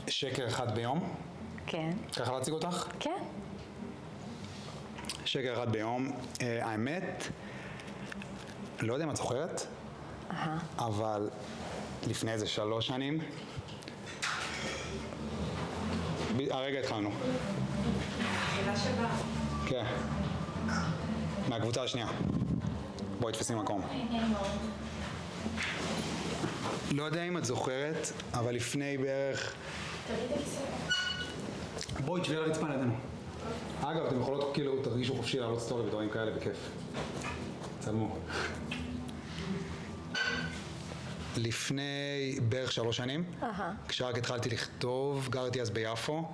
שקר אחד ביום? כן. ככה להציג אותך? כן. שקר אחד ביום. האמת, לא יודע אם את זוכרת, אבל לפני איזה 3 שנים, הרגע התחלנו. שאלה שבאה. כן. מהקבוצה השנייה. בואי תפסי מקום. לא יודע אם את זוכרת, אבל לפני בערך... תביא את הכיסא. בואי תשבי על הרצפה לידינו. אגב, אתם יכולות כאילו, תרגישו חופשי לעלות סטורי ודברים כאלה בכיף. צלמו. לפני בערך 3 שנים, כשרק התחלתי לכתוב, גרתי אז ביפו.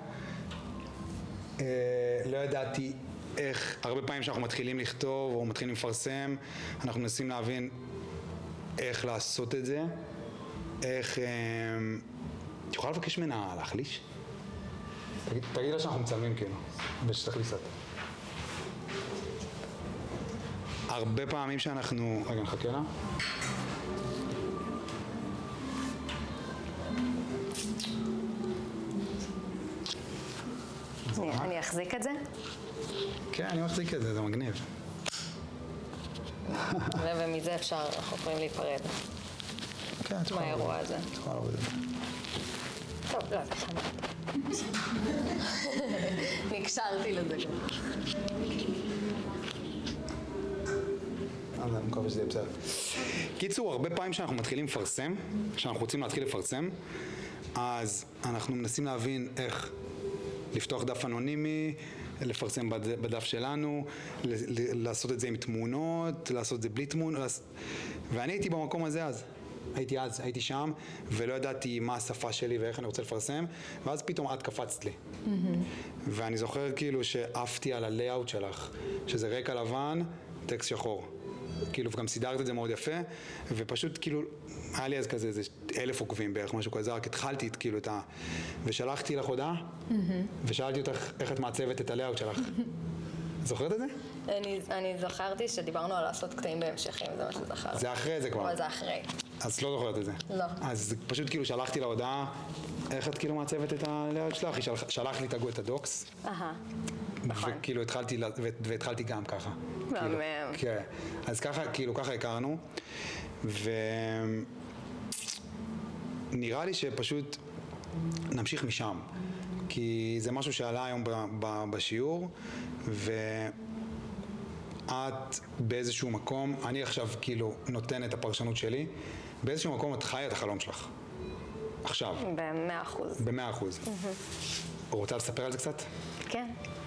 לא ידעתי איך, הרבה פעמים שאנחנו מתחילים לכתוב או מתחילים לפרסם, אנחנו מנסים להבין איך לעשות את זה, איך... את יכולה לבקש ממנה להחליש? תגיד לה שאנחנו מצלמים כאילו, ושתחליש קצת. הרבה פעמים שאנחנו... רגע, נחכה לה. אני אחזיק את זה? כן, אני מחזיק את זה, זה מגניב. ומזה אפשר, אנחנו יכולים להיפרד. כן, את יכולה... מהאירוע הזה. את יכולה להוריד את זה. טוב, לא, זה חמוד. נקשרתי לזה גם. אז אני מקווה שזה יהיה בסדר. קיצור, הרבה פעמים שאנחנו מתחילים לפרסם, שאנחנו רוצים להתחיל לפרסם, אז אנחנו מנסים להבין איך לפתוח דף אנונימי, לפרסם בדף שלנו, לעשות את זה עם תמונות, לעשות את זה בלי תמונות, ואני הייתי במקום הזה אז. הייתי שם, ולא ידעתי מה השפה שלי ואיך אני רוצה לפרסם, ואז פתאום את קפצת לי. ואני זוכר כאילו שעפתי על הלייאוט שלך, שזה רקע לבן, טקסט שחור. כאילו, וגם סידרת את זה מאוד יפה, ופשוט כאילו, היה לי אז כזה, איזה 1,000 עוקבים בערך, משהו כזה, רק התחלתי כאילו את ה... ושלחתי לך הודעה, ושאלתי אותך איך את מעצבת את הלייאוט שלך. זוכרת את זה? אני זכרתי שדיברנו על לעשות קטעים בהמשכים, זה מה שזכרתי. זה אחרי זה כבר. אבל זה אחרי. אז לא זוכרת את זה. לא. אז פשוט כאילו שלחתי לה הודעה, איך את כאילו מעצבת את הלייאוט שלך, היא שלח לי את הדוקס. נכון. וכאילו והתחלתי גם ככה. מהמם. כן. אז ככה, כאילו ככה הכרנו, ונראה לי שפשוט נמשיך משם, כי זה משהו שעלה היום בשיעור, ואת באיזשהו מקום, אני עכשיו כאילו נותן את הפרשנות שלי, באיזשהו מקום את חיה את החלום שלך. עכשיו. ב100%. ב100%. רוצה לספר על זה קצת? כן.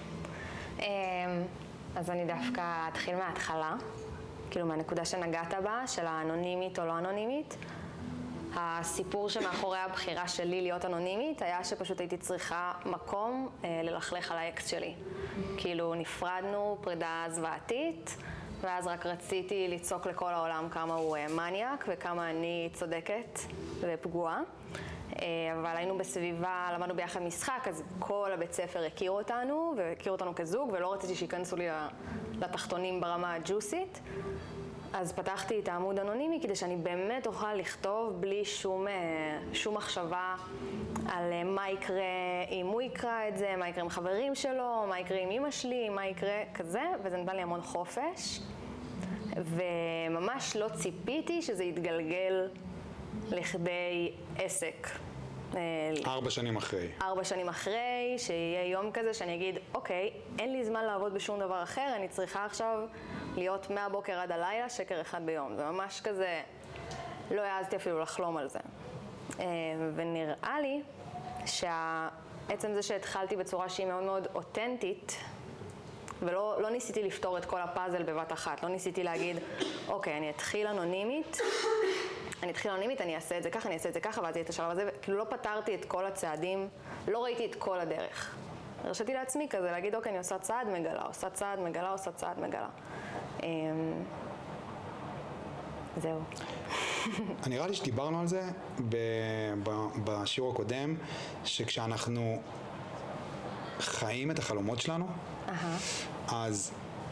אז אני דווקא אתחיל מההתחלה, כאילו מהנקודה שנגעת בה, של האנונימית או לא אנונימית. הסיפור שמאחורי הבחירה שלי להיות אנונימית היה שפשוט הייתי צריכה מקום ללכלך על האקס שלי. כאילו נפרדנו פרידה זוועתית, ואז רק רציתי לצעוק לכל העולם כמה הוא מניאק וכמה אני צודקת ופגועה. אבל היינו בסביבה, למדנו ביחד משחק, אז כל הבית ספר הכיר אותנו, והכיר אותנו כזוג, ולא רציתי שיכנסו לי לתחתונים ברמה הג'וסית. אז פתחתי את העמוד אנונימי כדי שאני באמת אוכל לכתוב בלי שום מחשבה על מה יקרה אם הוא יקרא את זה, מה יקרה עם חברים שלו, מה יקרה עם אמא שלי, מה יקרה כזה, וזה נתן לי המון חופש. וממש לא ציפיתי שזה יתגלגל לכדי עסק. 4 שנים אחרי. 4 שנים אחרי, שיהיה יום כזה שאני אגיד, אוקיי, אין לי זמן לעבוד בשום דבר אחר, אני צריכה עכשיו להיות מהבוקר עד הלילה, שקר אחד ביום. זה ממש כזה, לא העזתי אפילו לחלום על זה. ונראה לי שעצם זה שהתחלתי בצורה שהיא מאוד מאוד אותנטית, ולא ניסיתי לפתור את כל הפאזל בבת אחת, לא ניסיתי להגיד, אוקיי, אני אתחיל אנונימית, אני אעשה את זה ככה, אני אעשה את זה ככה, ואז יהיה את השלב הזה, כאילו לא פתרתי את כל הצעדים, לא ראיתי את כל הדרך. הרשיתי לעצמי כזה, להגיד, אוקיי, אני עושה צעד, מגלה, עושה צעד, מגלה, עושה צעד, מגלה. זהו. נראה לי שדיברנו על זה בשיעור הקודם, שכשאנחנו חיים את החלומות שלנו, אז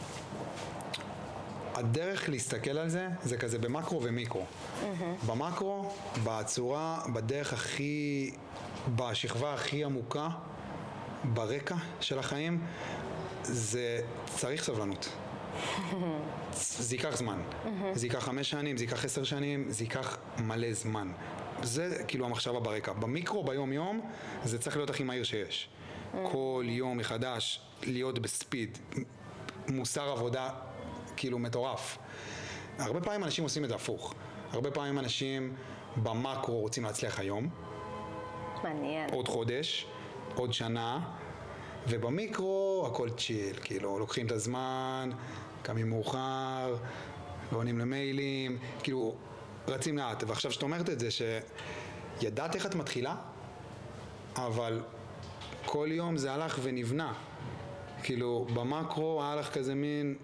הדרך להסתכל על זה, זה כזה במקרו ומיקרו. במקרו, בצורה, בדרך הכי בשכבה הכי עמוקה, ברקע של החיים, זה צריך סבלנות. זה ייקח זמן. זה ייקח 5 שנים, זה ייקח 10 שנים, זה ייקח מלא זמן. זה כאילו המחשבה ברקע. במיקרו, ביום יום, זה צריך להיות הכי מהיר שיש. כל יום מחדש, להיות בספיד. מוסר עבודה כאילו מטורף. הרבה פעמים אנשים עושים את זה הפוך. הרבה פעמים אנשים במקרו רוצים להצליח היום. מעניין. עוד חודש, עוד שנה, ובמיקרו הכל צ'יל, כאילו לוקחים את הזמן, קמים מאוחר, לא עונים למיילים, כאילו רצים לאט. ועכשיו שאת אומרת את זה, שידעת איך את מתחילה, אבל כל יום זה הלך ונבנה. כאילו במקרו היה לך כזה מין,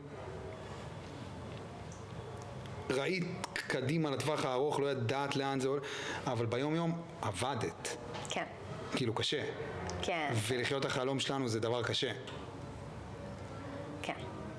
ראית קדימה לטווח הארוך, לא ידעת לאן זה הולך, אבל ביום יום עבדת. כן. כאילו קשה. כן. ולחיות החלום שלנו זה דבר קשה. כן.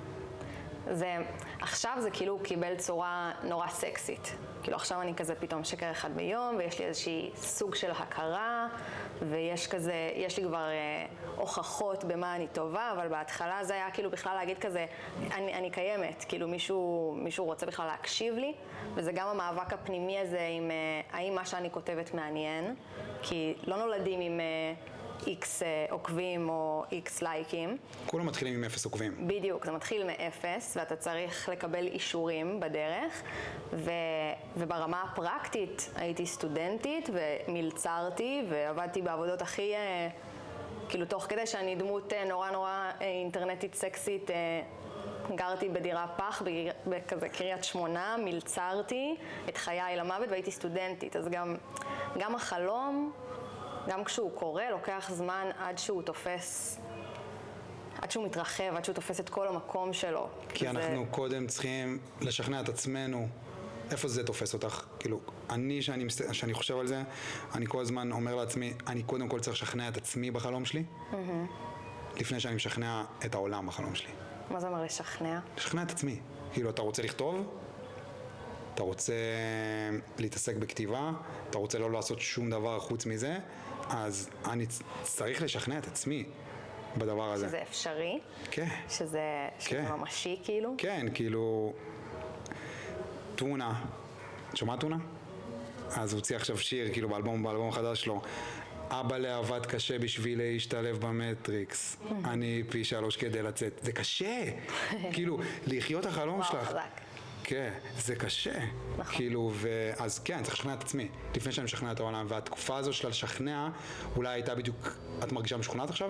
עכשיו זה כאילו קיבל צורה נורא סקסית. כאילו עכשיו אני כזה פתאום שקר אחד ביום, ויש לי איזושהי סוג של הכרה, ויש כזה, יש לי כבר הוכחות במה אני טובה, אבל בהתחלה זה היה כאילו בכלל להגיד כזה, אני קיימת, כאילו מישהו רוצה בכלל להקשיב לי, וזה גם המאבק הפנימי הזה עם האם מה שאני כותבת מעניין, כי לא נולדים עם X עוקבים או X לייקים. כולם מתחילים עם 0 עוקבים. בדיוק, זה מתחיל מ-0 ואתה צריך לקבל אישורים בדרך, וברמה הפרקטית הייתי סטודנטית ומלצרתי ועבדתי בעבודות הכי, כאילו תוך כדי שאני דמות נורא אינטרנטית סקסית, גרתי בדירה פח בכזה קריית שמונה, מלצרתי את חיי למוות והייתי סטודנטית, אז גם החלום, גם כשהוא קורה, לוקח זמן עד שהוא תופס, עד שהוא מתרחב, עד שהוא תופס את כל המקום שלו. כי אנחנו קודם צריכים לשכנע את עצמנו איפה זה תופס אותך. כאילו, שאני חושב על זה, אני כל הזמן אומר לעצמי, אני קודם כל צריך לשכנע את עצמי בחלום שלי, לפני שאני משכנע את העולם בחלום שלי. מה זה אומר לשכנע? לשכנע את עצמי. כאילו, אתה רוצה לכתוב? אתה רוצה להתעסק בכתיבה? אתה רוצה לא לעשות שום דבר חוץ מזה? אז אני צריך לשכנע את עצמי בדבר הזה. שזה אפשרי? כן. שזה ממשי כאילו? כן, כאילו... טונה. שומעת טונה? אז הוא הוציא עכשיו שיר, כאילו באלבום החדש שלו. אבא לעבד קשה בשביל להשתלב במטריקס. אני פי 3 כדי לצאת. זה קשה! כאילו, לחיות החלום שלך. חזק. כן, זה קשה. נכון. כאילו, אז כן, צריך לשכנע את עצמי, לפני שאני משכנע את העולם. והתקופה הזו של לשכנע, אולי הייתה בדיוק, את מרגישה משכנעת עכשיו?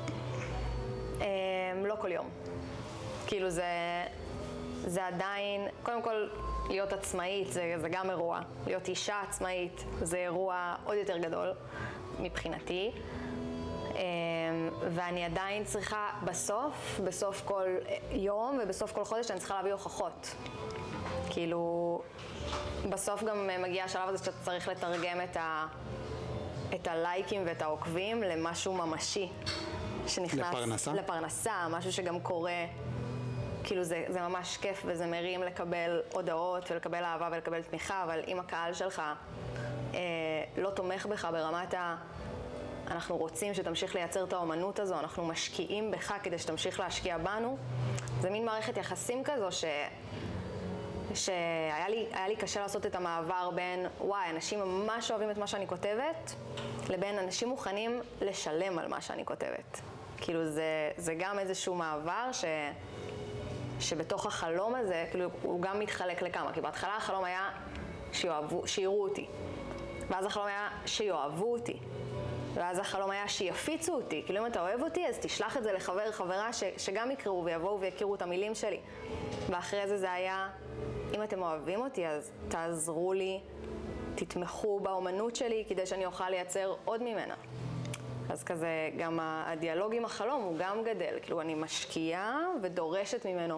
לא כל יום. כאילו זה עדיין, קודם כל, להיות עצמאית זה גם אירוע. להיות אישה עצמאית זה אירוע עוד יותר גדול מבחינתי. ואני עדיין צריכה בסוף כל יום ובסוף כל חודש אני צריכה להביא הוכחות. כאילו, בסוף גם מגיע השלב הזה שאתה צריך לתרגם את הלייקים ואת העוקבים למשהו ממשי. שנכנס לפרנסה, משהו שגם קורה. כאילו זה ממש כיף וזה מרים לקבל הודעות ולקבל אהבה ולקבל תמיכה, אבל אם הקהל שלך לא תומך בך ברמת אנחנו רוצים שתמשיך לייצר את האומנות הזו, אנחנו משקיעים בך כדי שתמשיך להשקיע בנו, זה מין מערכת יחסים כזו שהיה לי קשה לעשות את המעבר בין וואי, אנשים ממש אוהבים את מה שאני כותבת, לבין אנשים מוכנים לשלם על מה שאני כותבת. כאילו זה גם איזשהו מעבר שבתוך החלום הזה, כאילו הוא גם מתחלק לכמה, כי בהתחלה החלום היה שיראו אותי, ואז החלום היה שיאהבו אותי, ואז החלום היה שיפיצו אותי, כאילו אם אתה אוהב אותי אז תשלח את זה חברה שגם יקראו ויבואו ויכירו את המילים שלי, ואחרי זה היה אם אתם אוהבים אותי אז תעזרו לי, תתמכו באומנות שלי כדי שאני אוכל לייצר עוד ממנה. אז כזה גם הדיאלוג עם החלום הוא גם גדל, כאילו אני משקיעה ודורשת ממנו.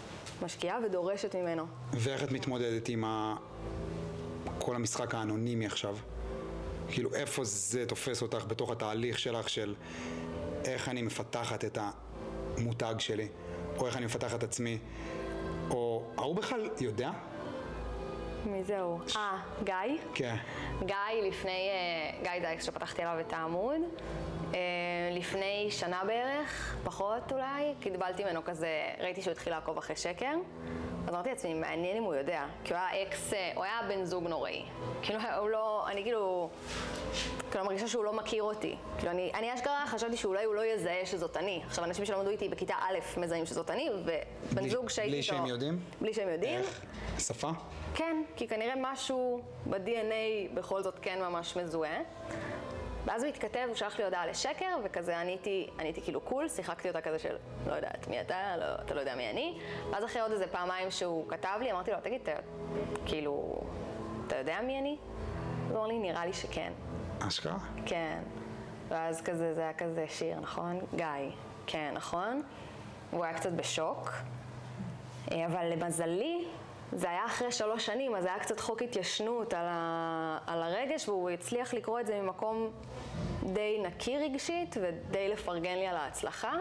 ואיך את מתמודדת עם כל המשחק האנונימי עכשיו? כאילו איפה זה תופס אותך בתוך התהליך שלך של איך אני מפתחת את המותג שלי, או איך אני מפתחת את עצמי, או הוא בכלל יודע? מי זהו? גיא? כן. גיא זה האקס שפתחתי עליו את העמוד. לפני שנה בערך, פחות אולי, קיבלתי ממנו כזה, ראיתי שהוא התחיל לעקוב אחרי שקר. אז אמרתי לעצמי, מעניין אם הוא יודע, כי הוא היה אקס, הוא היה בן זוג נוראי. כאילו, הוא לא, אני כאילו מרגישה שהוא לא מכיר אותי. כאילו, אני אשכרה חשבתי שאולי הוא לא יזהה שזאת אני. עכשיו, אנשים שלמדו איתי בכיתה א' מזהים שזאת אני, ובן זוג שהייתי בלי שהם יודעים? בלי שהם יודעים. איך? שפה? כן, כי כנראה משהו ב-DNA בכל זאת כן ממש מזוהה. ואז הוא התכתב, הוא שלח לי הודעה לשקר, וכזה עניתי כאילו קול, שיחקתי אותה כזה של לא יודעת מי אתה, אתה לא יודע מי אני. ואז אחרי עוד איזה פעמיים שהוא כתב לי, אמרתי לו, תגיד, כאילו, אתה יודע מי אני? הוא אמר לי, נראה לי שכן. אשכרה? כן. ואז כזה, זה היה כזה שיר, נכון? גיא. כן, נכון? והוא היה קצת בשוק. אבל למזלי, זה היה אחרי 3 שנים, אז היה קצת חוק התיישנות על הרגש, והוא הצליח לקרוא את זה ממקום די נקי רגשית, ודי לפרגן לי על ההצלחה.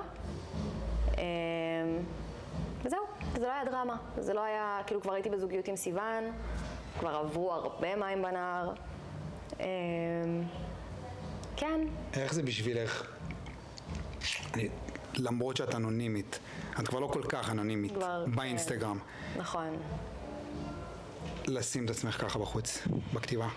וזהו, זה לא היה דרמה. זה לא היה, כאילו כבר הייתי בזוגיות עם סיוון, כבר עברו הרבה מים בנהר. כן. איך זה בשבילך? למרות שאת אנונימית, את כבר לא כל כך אנונימית באינסטגרם. נכון. לשים את עצמך ככה בחוץ, בכתיבה.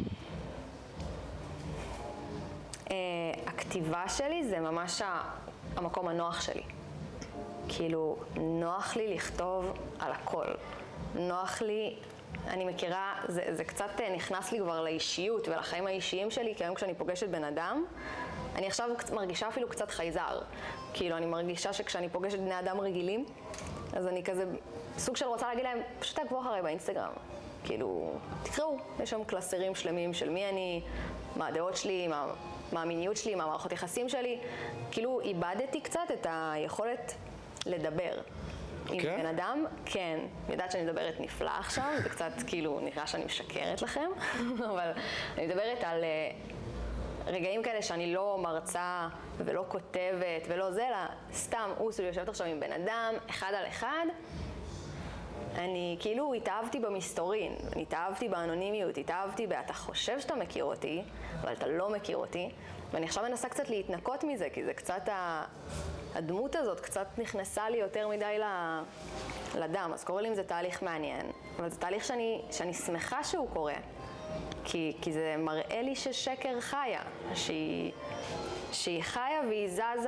הכתיבה שלי זה ממש המקום הנוח שלי. כאילו, נוח לי לכתוב על הכל. נוח לי, אני מכירה, זה קצת נכנס לי כבר לאישיות ולחיים האישיים שלי, כי היום כשאני פוגשת בן אדם, אני עכשיו מרגישה אפילו קצת חייזר. כאילו, אני מרגישה שכשאני פוגשת בני אדם רגילים, אז אני כזה סוג של רוצה להגיד להם, פשוט תעקבו אחריי באינסטגרם. כאילו, תקראו, יש שם קלסרים שלמים של מי אני, מה הדעות שלי, מה המיניות שלי, מה המערכות יחסים שלי. כאילו, איבדתי קצת את היכולת לדבר עם בן אדם. כן, אני יודעת שאני מדברת נפלא עכשיו, זה קצת כאילו נראה שאני משקרת לכם, אבל אני מדברת על רגעים כאלה שאני לא מרצה ולא כותבת ולא זה, אלא סתם אוסו יושבת עכשיו עם בן אדם, 1 על 1. אני כאילו התאהבתי במסתורין, אני התאהבתי באנונימיות, התאהבתי אתה חושב שאתה מכיר אותי, אבל אתה לא מכיר אותי, ואני עכשיו מנסה קצת להתנקות מזה, כי זה קצת, הדמות הזאת קצת נכנסה לי יותר מדי לדם, אז קוראים לי אם זה תהליך מעניין, אבל זה תהליך שאני שמחה שהוא קורה, כי זה מראה לי ששקר חיה, שהיא חיה והיא זזה,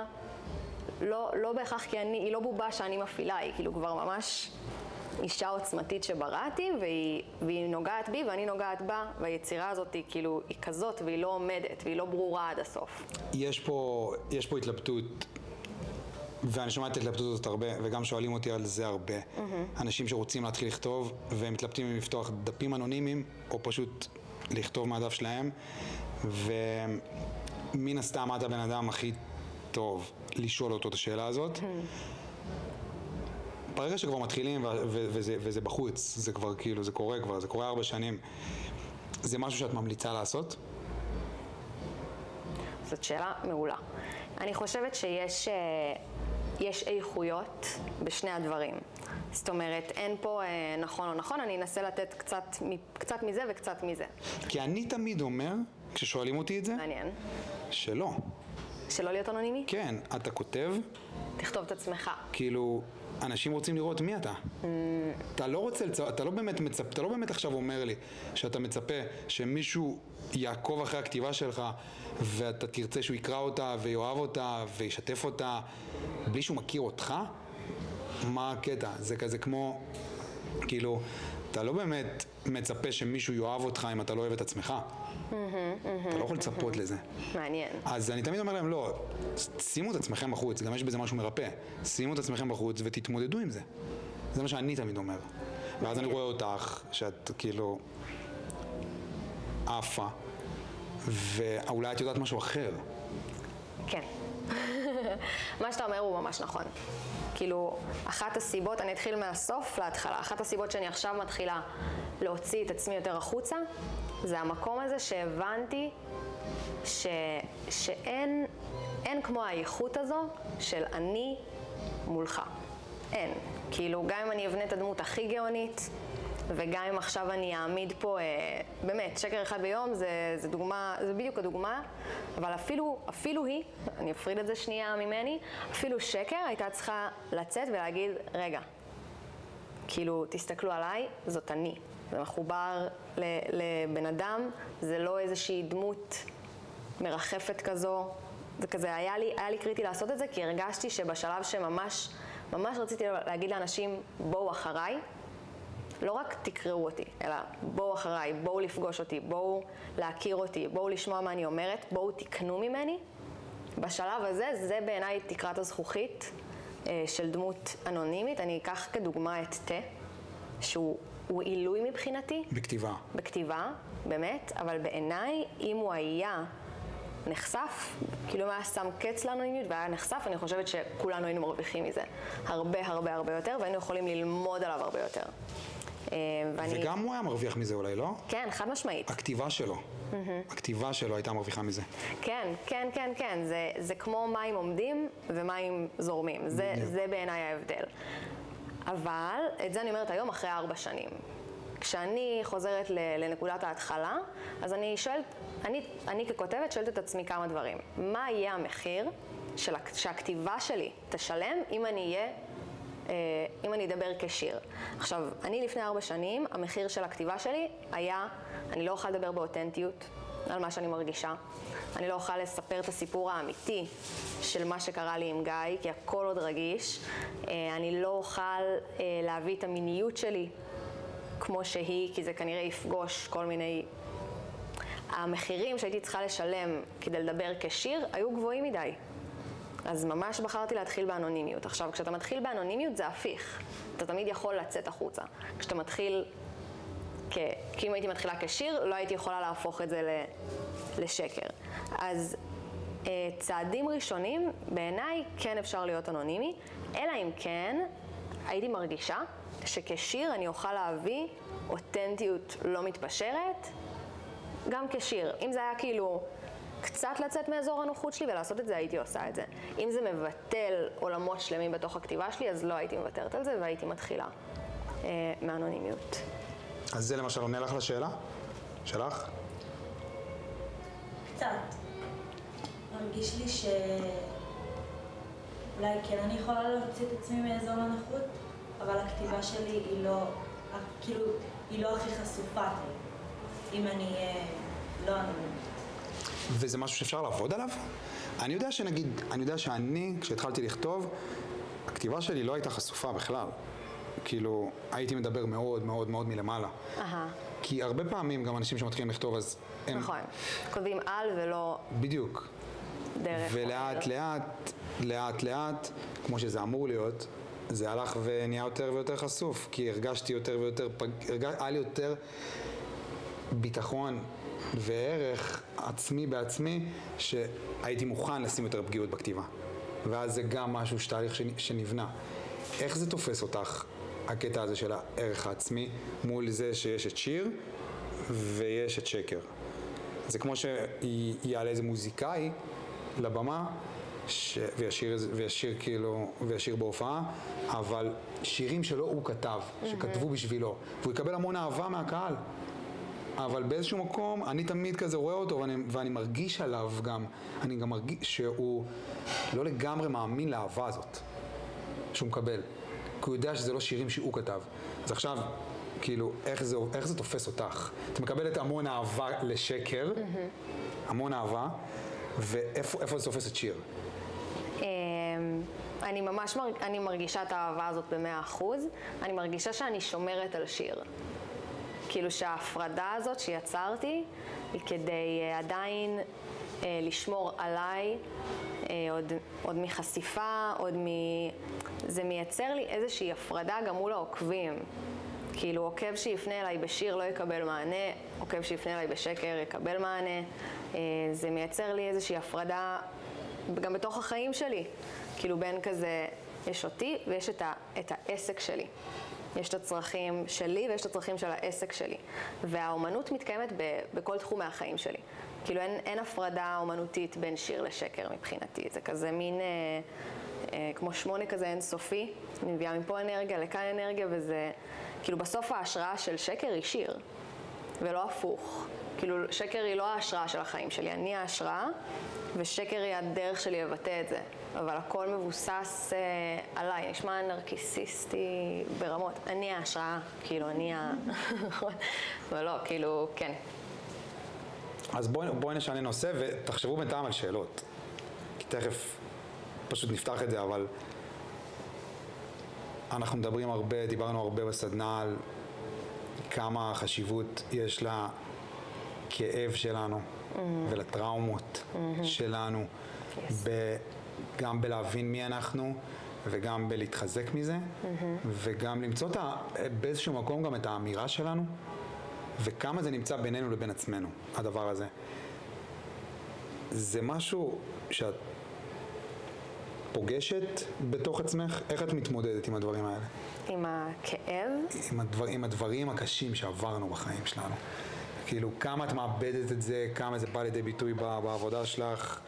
לא בהכרח כי היא לא בובה שאני מפעילה, היא כאילו כבר ממש אישה עוצמתית שבראתי, והיא נוגעת בי ואני נוגעת בה, והיצירה הזאת היא כאילו, היא כזאת והיא לא עומדת, והיא לא ברורה עד הסוף. יש פה התלבטות, ואני שומע את ההתלבטות הזאת הרבה, וגם שואלים אותי על זה הרבה. אנשים שרוצים להתחיל לכתוב, והם מתלבטים אם לפתוח דפים אנונימיים, או פשוט לכתוב מהדף שלהם, ומן הסתם את הבן אדם הכי טוב לשאול אותו את השאלה הזאת. ברגע שכבר מתחילים וזה בחוץ, זה כבר כאילו, זה קורה 4 שנים. זה משהו שאת ממליצה לעשות? זאת שאלה מעולה. אני חושבת שיש איכויות בשני הדברים. זאת אומרת, אין פה נכון או נכון, אני אנסה לתת קצת מזה וקצת מזה. כי אני תמיד אומר, כששואלים אותי את זה, מעניין. שלא. שלא להיות אנונימי? כן, אתה כותב. תכתוב את עצמך. כאילו, אנשים רוצים לראות מי אתה. אתה לא באמת עכשיו אומר לי שאתה מצפה שמישהו יעקוב אחרי הכתיבה שלך ואתה תרצה שהוא יקרא אותה ויואב אותה וישתף אותה בלי שהוא מכיר אותך? מה הקטע? זה כזה כמו, כאילו, אתה לא באמת מצפה שמישהו יאהב אותך אם אתה לא אוהב את עצמך. אתה לא יכול לצפות לזה. מעניין. אז אני תמיד אומר להם, לא, שימו את עצמכם בחוץ, גם יש בזה משהו מרפא. שימו את עצמכם בחוץ ותתמודדו עם זה. זה מה שאני תמיד אומר. ואז אני רואה אותך, שאת כאילו עפה, ואולי את יודעת משהו אחר. כן. מה שאתה אומר הוא ממש נכון. כאילו, אחת הסיבות, אני אתחיל מהסוף להתחלה, אחת הסיבות שאני עכשיו מתחילה להוציא את עצמי יותר החוצה, זה המקום הזה שהבנתי שאין כמו האיכות הזו של אני מולך. אין. כאילו, גם אם אני אבנה את הדמות הכי גאונית, וגם אם עכשיו אני אעמיד פה, באמת, שקר אחד ביום זה דוגמה, זה בדיוק הדוגמה, אבל אפילו היא, אני אפריד את זה שנייה ממני, אפילו שקר הייתה צריכה לצאת ולהגיד, רגע, כאילו, תסתכלו עליי, זאת אני. זה מחובר לבן אדם, זה לא איזושהי דמות מרחפת כזו. זה כזה, היה לי קריטי לעשות את זה, כי הרגשתי שבשלב שממש רציתי להגיד לאנשים, בואו אחריי, לא רק תקראו אותי, אלא בואו אחריי, בואו לפגוש אותי, בואו להכיר אותי, בואו לשמוע מה אני אומרת, בואו תקנו ממני. בשלב הזה, זה בעיניי תקרת הזכוכית של דמות אנונימית. אני אקח כדוגמה את תה, שהוא עילוי מבחינתי. בכתיבה, באמת, אבל בעיניי, אם הוא היה נחשף, כאילו אם היה שם קץ לאנונימיות והיה נחשף, אני חושבת שכולנו היינו מרוויחים מזה הרבה יותר, והיינו יכולים ללמוד עליו הרבה יותר. וגם הוא היה מרוויח מזה אולי, לא? כן, חד משמעית. הכתיבה שלו הייתה מרוויחה מזה. כן. זה כמו מים עומדים ומים זורמים. זה בעיניי ההבדל. אבל את זה אני אומרת היום אחרי 4 שנים. כשאני חוזרת לנקודת ההתחלה, אז אני ככותבת שואלת את עצמי כמה דברים. מה יהיה המחיר שהכתיבה שלי תשלם אם אני אדבר כשיר? עכשיו, אני לפני 4 שנים, המחיר של הכתיבה שלי היה, אני לא אוכל לדבר באותנטיות על מה שאני מרגישה. אני לא אוכל לספר את הסיפור האמיתי של מה שקרה לי עם גיא, כי הכל עוד רגיש. אני לא אוכל להביא את המיניות שלי כמו שהיא, כי זה כנראה יפגוש כל מיני... המחירים שהייתי צריכה לשלם כדי לדבר כשיר היו גבוהים מדי. אז ממש בחרתי להתחיל באנונימיות. עכשיו, כשאתה מתחיל באנונימיות זה הפיך. אתה תמיד יכול לצאת החוצה. כשאתה מתחיל... כי אם הייתי מתחילה כשיר, לא הייתי יכולה להפוך את זה לשקר. אז צעדים ראשונים, בעיניי כן אפשר להיות אנונימי, אלא אם כן הייתי מרגישה שכשיר אני אוכל להביא אותנטיות לא מתפשרת, גם כשיר. אם זה היה כאילו קצת לצאת מאזור הנוחות שלי ולעשות את זה, הייתי עושה את זה. אם זה מבטל עולמות שלמים בתוך הכתיבה שלי, אז לא הייתי מוותרת על זה והייתי מתחילה מאנונימיות. אז זה למשל עונה לך לשאלה? שלך? קצת. מרגיש לי אולי כן אני יכולה להוציא את עצמי מאזור הנוחות, אבל הכתיבה שלי היא לא, כאילו, היא לא הכי חשופה אם אני לא אנונימית. וזה משהו שאפשר לעבוד עליו? אני יודע שאני, כשהתחלתי לכתוב, הכתיבה שלי לא הייתה חשופה בכלל. כאילו, הייתי מדבר מאוד מאוד מאוד מלמעלה. כי הרבה פעמים גם אנשים שמתחילים לכתוב, אז הם... נכון, כותבים על ולא... בדיוק. דרך. ולאט לאט, כמו שזה אמור להיות, זה הלך ונהיה יותר ויותר חשוף, כי הרגשתי יותר ויותר, היה לי יותר ביטחון וערך עצמי בעצמי, שהייתי מוכן לשים יותר פגיעות בכתיבה. ואז זה גם משהו, תהליך שנבנה. איך זה תופס אותך, הקטע הזה של הערך העצמי, מול זה שיש את שיר ויש את שקר? זה כמו שיעלה איזה מוזיקאי לבמה, וישיר בהופעה, אבל שירים שלו הוא כתב, שכתבו בשבילו, והוא יקבל המון אהבה מהקהל. אבל באיזשהו מקום, אני תמיד כזה רואה אותו, ואני מרגיש עליו גם, אני גם מרגיש שהוא לא לגמרי מאמין לאהבה הזאת, שהוא מקבל. כי הוא יודע שזה לא שירים שהוא כתב. אז עכשיו, כאילו, איך זה תופס אותך? את מקבלת המון אהבה לשקר, המון אהבה, ואיפה זה תופס את שיר? אני מרגישה את האהבה הזאת ב100%. אני מרגישה שאני שומרת על שיר. כאילו שההפרדה הזאת שיצרתי היא כדי עדיין לשמור עליי, עוד מחשיפה, זה מייצר לי איזושהי הפרדה גם מול העוקבים. כאילו עוקב שיפנה אליי בשיר לא יקבל מענה, עוקב שיפנה אליי בשקר יקבל מענה. זה מייצר לי איזושהי הפרדה גם בתוך החיים שלי. כאילו בין כזה, יש אותי ויש את העסק שלי. יש את הצרכים שלי ויש את הצרכים של העסק שלי. והאומנות מתקיימת בכל תחומי החיים שלי. כאילו אין הפרדה אומנותית בין שיר לשקר מבחינתי, זה כזה מין כמו 8 כזה אינסופי, אני מביאה מפה אנרגיה, לכאן אנרגיה, וזה כאילו בסוף ההשראה של שקר היא שיר, ולא הפוך. כאילו שקר היא לא ההשראה של החיים שלי, אני ההשראה, ושקר היא הדרך שלי לבטא את זה. אבל הכל מבוסס עליי, נשמע נרקיסיסטי ברמות. אני ההשראה, כאילו אני אבל לא, כאילו, כן. אז בואי נשנה נושא ותחשבו בינתיים על שאלות. כי תכף פשוט נפתח את זה, אבל אנחנו מדברים הרבה, דיברנו הרבה בסדנה על כמה חשיבות יש לכאב שלנו ולטראומות שלנו, גם בלהבין מי אנחנו וגם בלהתחזק מזה, וגם למצוא באיזשהו מקום גם את האמירה שלנו, וכמה זה נמצא בינינו לבין עצמנו, הדבר הזה. זה משהו שאת פוגשת בתוך עצמך? איך את מתמודדת עם הדברים האלה? עם הכאב? עם הדברים הקשים שעברנו בחיים שלנו. כאילו, כמה את מאבדת את זה, כמה זה בא לידי ביטוי בעבודה שלך?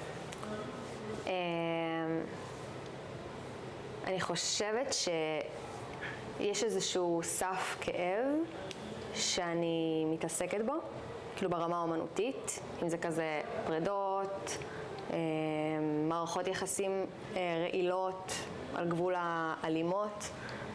אני חושבת שיש איזשהו סף כאב שאני מתעסקת בו, כאילו ברמה האומנותית, אם זה כזה פרדות, מערכות יחסים רעילות על גבול האלימות,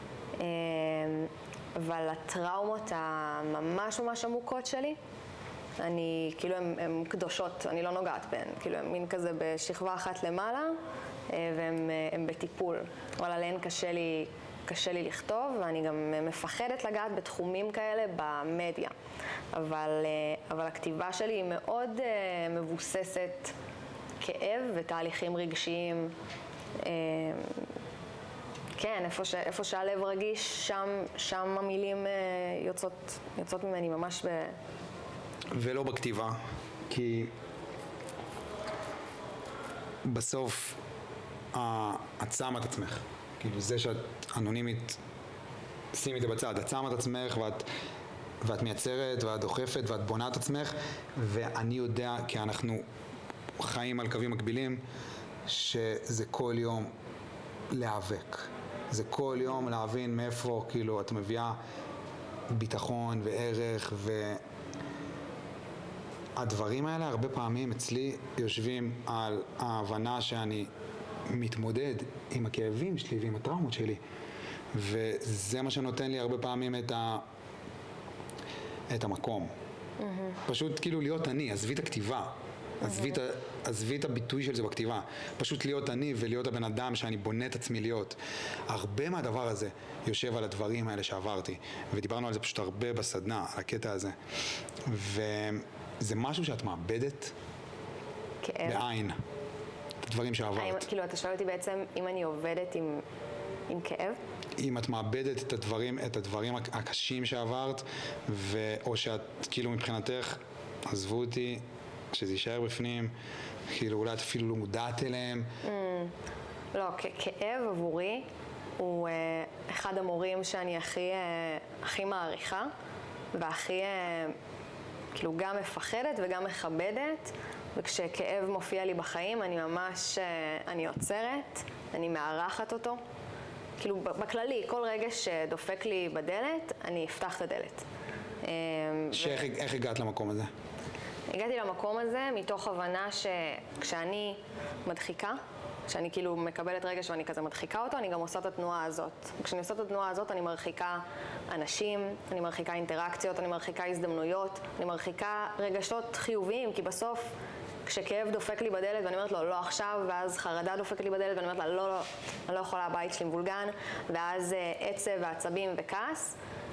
אבל הטראומות הממש ממש עמוקות שלי, אני, כאילו הן קדושות, אני לא נוגעת בהן, כאילו הן מין כזה בשכבה אחת למעלה, והן בטיפול, אבל עליהן קשה לי לכתוב, ואני גם מפחדת לגעת בתחומים כאלה במדיה. אבל הכתיבה שלי היא מאוד מבוססת כאב ותהליכים רגשיים. כן, איפה שהלב רגיש, שם המילים יוצאות ממני ממש ולא בכתיבה, כי בסוף את שמה את עצמך. כאילו זה שאת אנונימית, שימי את זה בצד, את שמה את עצמך ואת מייצרת ואת דוחפת ואת בונה את עצמך, ואני יודע, כי אנחנו חיים על קווים מקבילים, שזה כל יום להיאבק. זה כל יום להבין מאיפה כאילו את מביאה ביטחון וערך, והדברים האלה הרבה פעמים אצלי יושבים על ההבנה שאני מתמודד עם הכאבים שלי ועם הטראומות שלי, וזה מה שנותן לי הרבה פעמים את המקום. פשוט כאילו להיות אני, עזבי את הכתיבה, עזבי את הביטוי של זה בכתיבה, פשוט להיות אני ולהיות הבן אדם שאני בונה את עצמי להיות. הרבה מהדבר הזה יושב על הדברים האלה שעברתי, ודיברנו על זה פשוט הרבה בסדנה, על הקטע הזה, וזה משהו שאת מאבדת בעין, את הדברים שעברת. כאילו אתה שואל אותי בעצם אם אני עובדת עם כאב? אם את מאבדת את הדברים הקשים שעברת, או שאת כאילו מבחינתך, עזבו אותי, שזה יישאר בפנים, כאילו אולי את אפילו לא מודעת אליהם. לא, כאב עבורי הוא אחד המורים שאני הכי מעריכה, והכי כאילו גם מפחדת וגם מכבדת, וכשכאב מופיע לי בחיים אני ממש, אני עוצרת, אני מארחת אותו. כאילו בכללי, כל רגע שדופק לי בדלת, אני אפתח את הדלת. איך הגעת למקום הזה? הגעתי למקום הזה מתוך הבנה שכשאני מדחיקה, כשאני כאילו מקבלת רגש ואני כזה מדחיקה אותו, אני גם עושה את התנועה הזאת. כשאני עושה את התנועה הזאת אני מרחיקה אנשים, אני מרחיקה אינטראקציות, אני מרחיקה הזדמנויות, אני מרחיקה רגשות חיוביים, כי בסוף כשכאב דופק לי בדלת ואני אומרת לו לא עכשיו, ואז חרדה דופקת לי בדלת ואני אומרת לה לא, אני לא יכולה, הבית שלי מבולגן, ואז עצב ועצבים וכעס.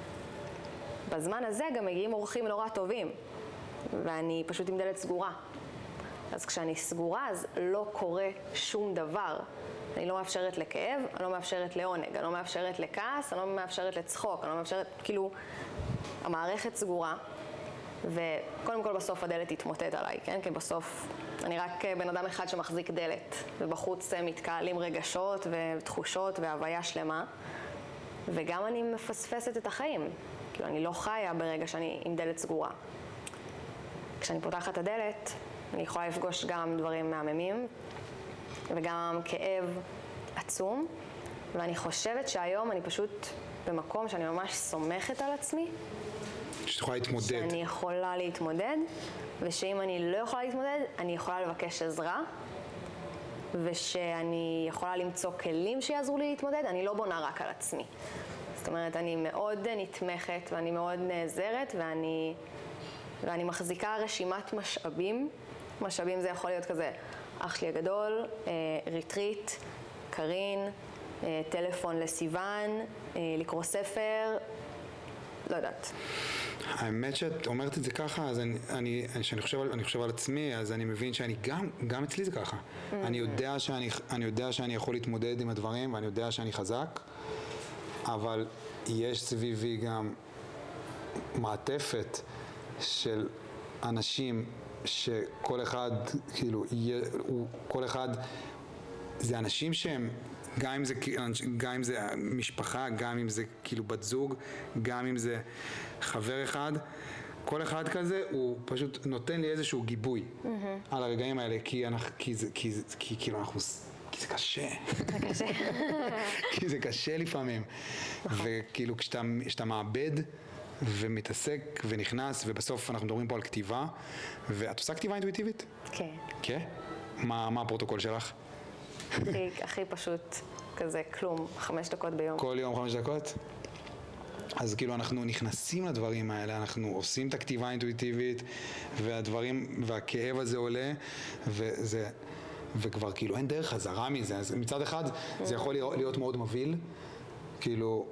בזמן הזה גם מגיעים אורחים נורא טובים, ואני פשוט עם דלת סגורה. אז כשאני סגורה אז לא קורה שום דבר. אני לא מאפשרת לכאב, אני לא מאפשרת לעונג, אני לא מאפשרת לכעס, אני לא מאפשרת לצחוק, אני לא מאפשרת, כאילו, המערכת סגורה, וקודם כל בסוף הדלת תתמוטט עליי, כן? כי בסוף אני רק בן אדם אחד שמחזיק דלת, ובחוץ מתקהלים רגשות ותחושות והוויה שלמה, וגם אני מפספסת את החיים. כאילו, אני לא חיה ברגע שאני עם דלת סגורה. כשאני פותחת את הדלת, אני יכולה לפגוש גם דברים מהממים, וגם כאב עצום, ואני חושבת שהיום אני פשוט במקום שאני ממש סומכת על עצמי. שאת יכולה להתמודד. שאני יכולה להתמודד, ושאם אני לא יכולה להתמודד, אני יכולה לבקש עזרה, ושאני יכולה למצוא כלים שיעזרו לי להתמודד, אני לא בונה רק על עצמי. זאת אומרת, אני מאוד נתמכת ואני מאוד נעזרת, ואני מחזיקה רשימת משאבים. משאבים זה יכול להיות כזה, אח שלי הגדול, ריטריט, קרין, טלפון לסיוון, לקרוא ספר, לא יודעת. האמת שאת אומרת את זה ככה, אז אני חושב על עצמי, אז אני מבין שאני גם אצלי זה ככה. אני יודע שאני יכול להתמודד עם הדברים, ואני יודע שאני חזק, אבל יש סביבי גם מעטפת של אנשים שכל אחד, כאילו, כל אחד, זה אנשים שהם, גם אם זה משפחה, גם אם זה כאילו בת זוג, גם אם זה חבר אחד, כל אחד כזה הוא פשוט נותן לי איזשהו גיבוי על הרגעים האלה, כי כאילו אנחנו, כי זה קשה. זה קשה. כי זה קשה לפעמים. וכאילו כשאתה מאבד ומתעסק ונכנס, ובסוף אנחנו מדברים פה על כתיבה, ואת עושה כתיבה אינטואיטיבית? כן. כן? מה הפרוטוקול שלך? הכי פשוט, כזה כלום, 5 דקות ביום. כל יום 5 דקות? אז כאילו אנחנו נכנסים לדברים האלה, אנחנו עושים את הכתיבה האינטואיטיבית, והכאב הזה עולה, וכבר כאילו אין דרך חזרה מזה. אז מצד אחד זה יכול להיות מאוד מבהיל, כאילו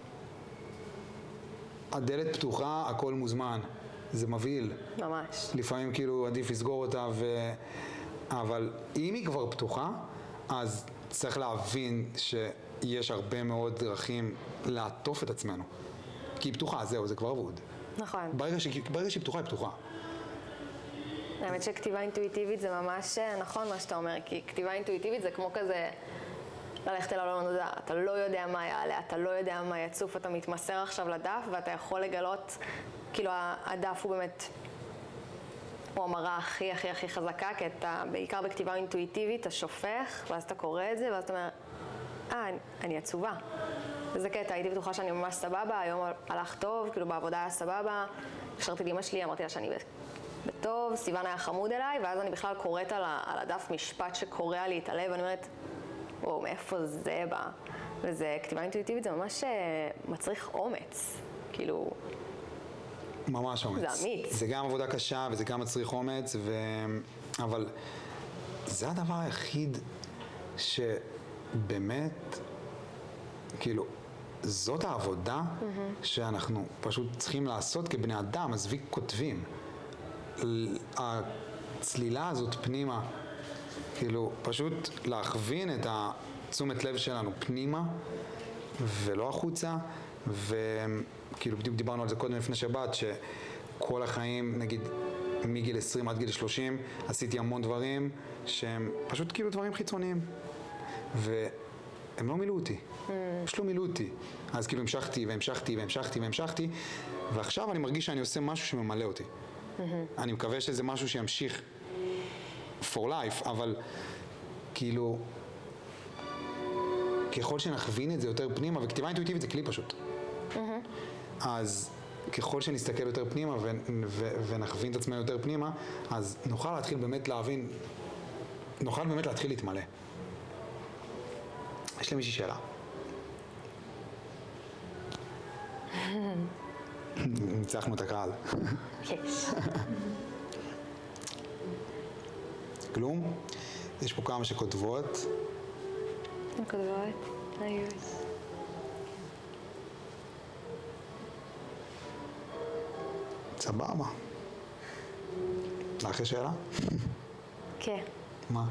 הדלת פתוחה, הכל מוזמן, זה מבהיל. ממש. לפעמים כאילו עדיף לסגור אותה, אבל אם היא כבר פתוחה, אז צריך להבין שיש הרבה מאוד דרכים לעטוף את עצמנו. כי היא פתוחה, זהו, זה כבר אבוד. נכון. ברגע שהיא פתוחה, היא פתוחה. האמת שכתיבה אינטואיטיבית זה ממש נכון מה שאתה אומר, כי כתיבה אינטואיטיבית זה כמו כזה ללכת אל הלא נודע, אתה לא יודע מה יעלה, אתה לא יודע מה יצוף, אתה מתמסר עכשיו לדף ואתה יכול לגלות, כאילו הדף הוא באמת, הוא המראה הכי חזקה, כי אתה בעיקר בכתיבה אינטואיטיבית, אתה שופך, ואז אתה קורא את זה, ואז אתה אומר, אני עצובה. וזה קטע, הייתי בטוחה שאני ממש סבבה, היום הלך טוב, כאילו בעבודה היה סבבה, קשרתי לאמא שלי, אמרתי לה שאני בטוב, סיוון היה חמוד אליי, ואז אני בכלל קוראת על הדף משפט שקורע לי את הלב, ואני אומרת, וואו, מאיפה זה בא? וזה, כתיבה אינטואיטיבית זה ממש מצריך אומץ, כאילו... ממש אומץ. זה אמיץ. זה גם עבודה קשה וזה גם מצריך אומץ, אבל זה הדבר היחיד שבאמת, כאילו, זאת העבודה שאנחנו פשוט צריכים לעשות כבני אדם, עזבי כותבים. הצלילה הזאת פנימה, כאילו, פשוט להכווין את תשומת לב שלנו פנימה ולא החוצה, וכאילו בדיוק דיברנו על זה קודם לפני שבת, שכל החיים, נגיד מגיל 20 עד גיל 30, עשיתי המון דברים שהם פשוט כאילו דברים חיצוניים, והם לא מילאו אותי, פשוט לא מילאו אותי. אז כאילו המשכתי, ועכשיו אני מרגיש שאני עושה משהו שממלא אותי. אני מקווה שזה משהו שימשיך for life, אבל כאילו ככל שנכווין את זה יותר פנימה, וכתיבה אינטואיטיבית זה כלי פשוט. אז ככל שנסתכל יותר פנימה ונכווין את עצמנו יותר פנימה, אז נוכל להתחיל באמת להבין, נוכל באמת להתחיל להתמלא. יש למישהי שאלה. ניצחנו את הקהל. יש. כלום? יש פה כמה שכותבות. כותבות? היוס. סבבה. לך יש שאלה? כן. מה?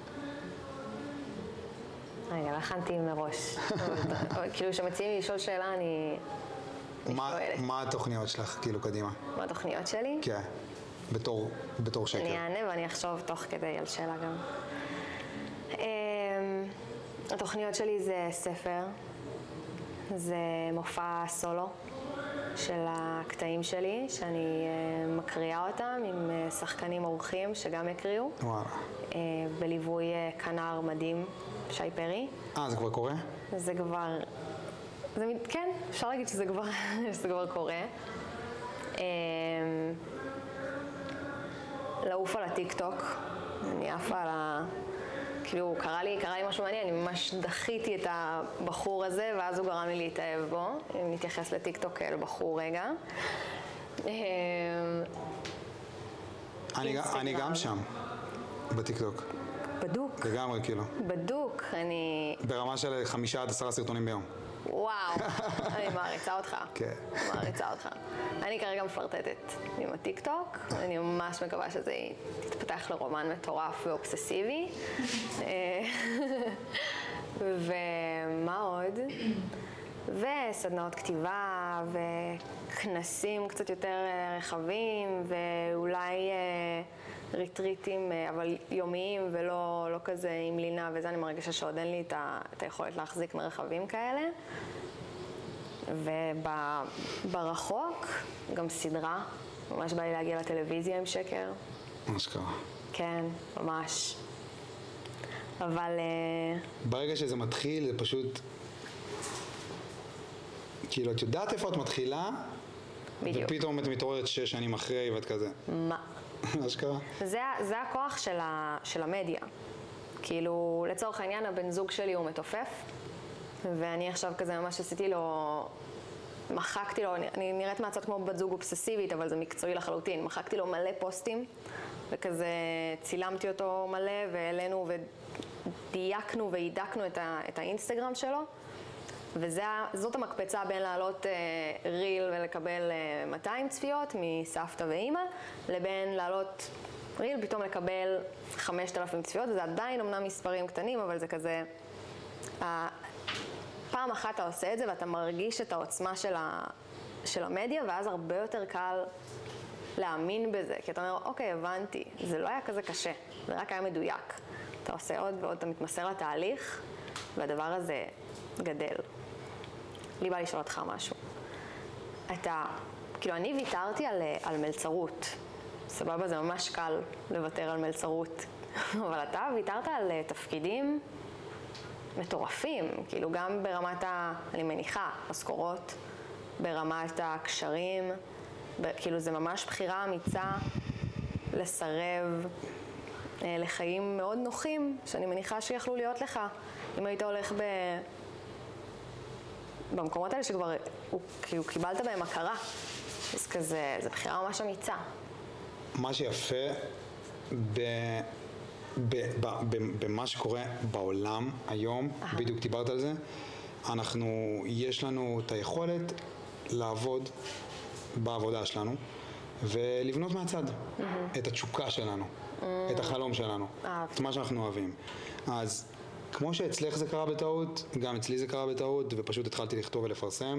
רגע, לא הכנתי מראש. אבל כאילו כשמציעים לי לשאול שאלה, אני שואלת. מה התוכניות שלך, כאילו, קדימה? מה התוכניות שלי? כן, בתור שקר. אני אענה ואני אחשוב תוך כדי על שאלה גם. התוכניות שלי זה ספר, זה מופע סולו של הקטעים שלי, שאני מקריאה אותם עם שחקנים אורחים שגם יקריאו. וואלה. בליווי כנר מדהים, שי פרי. זה כבר קורה? זה כבר... כן, אפשר להגיד שזה כבר קורה. לעוף על הטיק-טוק, אני עפה על כאילו, קרה לי משהו מעניין, אני ממש דחיתי את הבחור הזה, ואז הוא גרם לי להתאהב בו, אם נתייחס לטיק-טוק לבחור רגע. אני גם שם, בטיק-טוק. בדוק. לגמרי, כאילו. בדוק, אני... ברמה של 5 עד 10 סרטונים ביום. וואו, אני מעריצה אותך. כן. מעריצה אותך. אני כרגע מפרטטת עם הטיק-טוק, אני ממש מקווה שזה יתפתח לרומן מטורף ואובססיבי. ומה עוד? וסדנאות כתיבה, וכנסים קצת יותר רחבים, ואולי ריטריטים, אבל יומיים ולא כזה עם לינה, וזה אני מרגישה שעוד אין לי את היכולת להחזיק מרחבים כאלה. וברחוק, גם סדרה, ממש בא לי להגיע לטלוויזיה עם שקר. מה שקרה. כן, ממש. אבל... ברגע שזה מתחיל, זה פשוט... כאילו, את יודעת איפה את מתחילה? בדיוק. ופתאום את מתעוררת 6 שנים אחרי, ואת כזה... מה? מה שקרה? זה הכוח של המדיה. כאילו, לצורך העניין, הבן זוג שלי הוא מתופף, ואני עכשיו כזה ממש עשיתי לו... מחקתי לו, אני נראית מהצד כמו בת זוג אובססיבית, אבל זה מקצועי לחלוטין. מחקתי לו מלא פוסטים, וכזה צילמתי אותו מלא, והעלינו ודייקנו והידקנו את האינסטגרם שלו. וזאת המקפצה בין לעלות ריל ולקבל 200 צפיות מסבתא ואימא, לבין לעלות ריל, פתאום לקבל 5,000 צפיות, וזה עדיין אמנם מספרים קטנים, אבל זה כזה... פעם אחת אתה עושה את זה ואתה מרגיש את העוצמה של המדיה, ואז הרבה יותר קל להאמין בזה, כי אתה אומר, אוקיי, הבנתי, זה לא היה כזה קשה, זה רק היה מדויק. אתה עושה עוד ועוד, אתה מתמסר לתהליך, והדבר הזה גדל. לי בא לשאול אותך משהו. כאילו, אני ויתרתי על מלצרות. סבבה, זה ממש קל לוותר על מלצרות. אבל אתה ויתרת על תפקידים מטורפים, כאילו גם ברמת אני מניחה, משכורות, ברמת הקשרים, כאילו זה ממש בחירה אמיצה לסרב לחיים מאוד נוחים, שאני מניחה שיכלו להיות לך, אם היית הולך במקומות האלה שכבר כאילו קיבלת בהם הכרה, אז כזה, זו בחירה ממש אמיצה. מה שיפה במה שקורה בעולם היום, בדיוק דיברת על זה, יש לנו את היכולת לעבוד בעבודה שלנו ולבנות מהצד את התשוקה שלנו, את החלום שלנו, את מה שאנחנו אוהבים. אז כמו שאצלך זה קרה בטעות, גם אצלי זה קרה בטעות, ופשוט התחלתי לכתוב ולפרסם,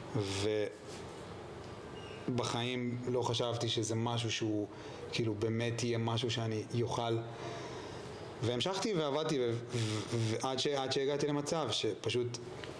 ובחיים לא חשבתי שזה משהו שהוא כאילו באמת יהיה משהו שאני יוכל, והמשכתי ועבדתי עד שהגעתי למצב שפשוט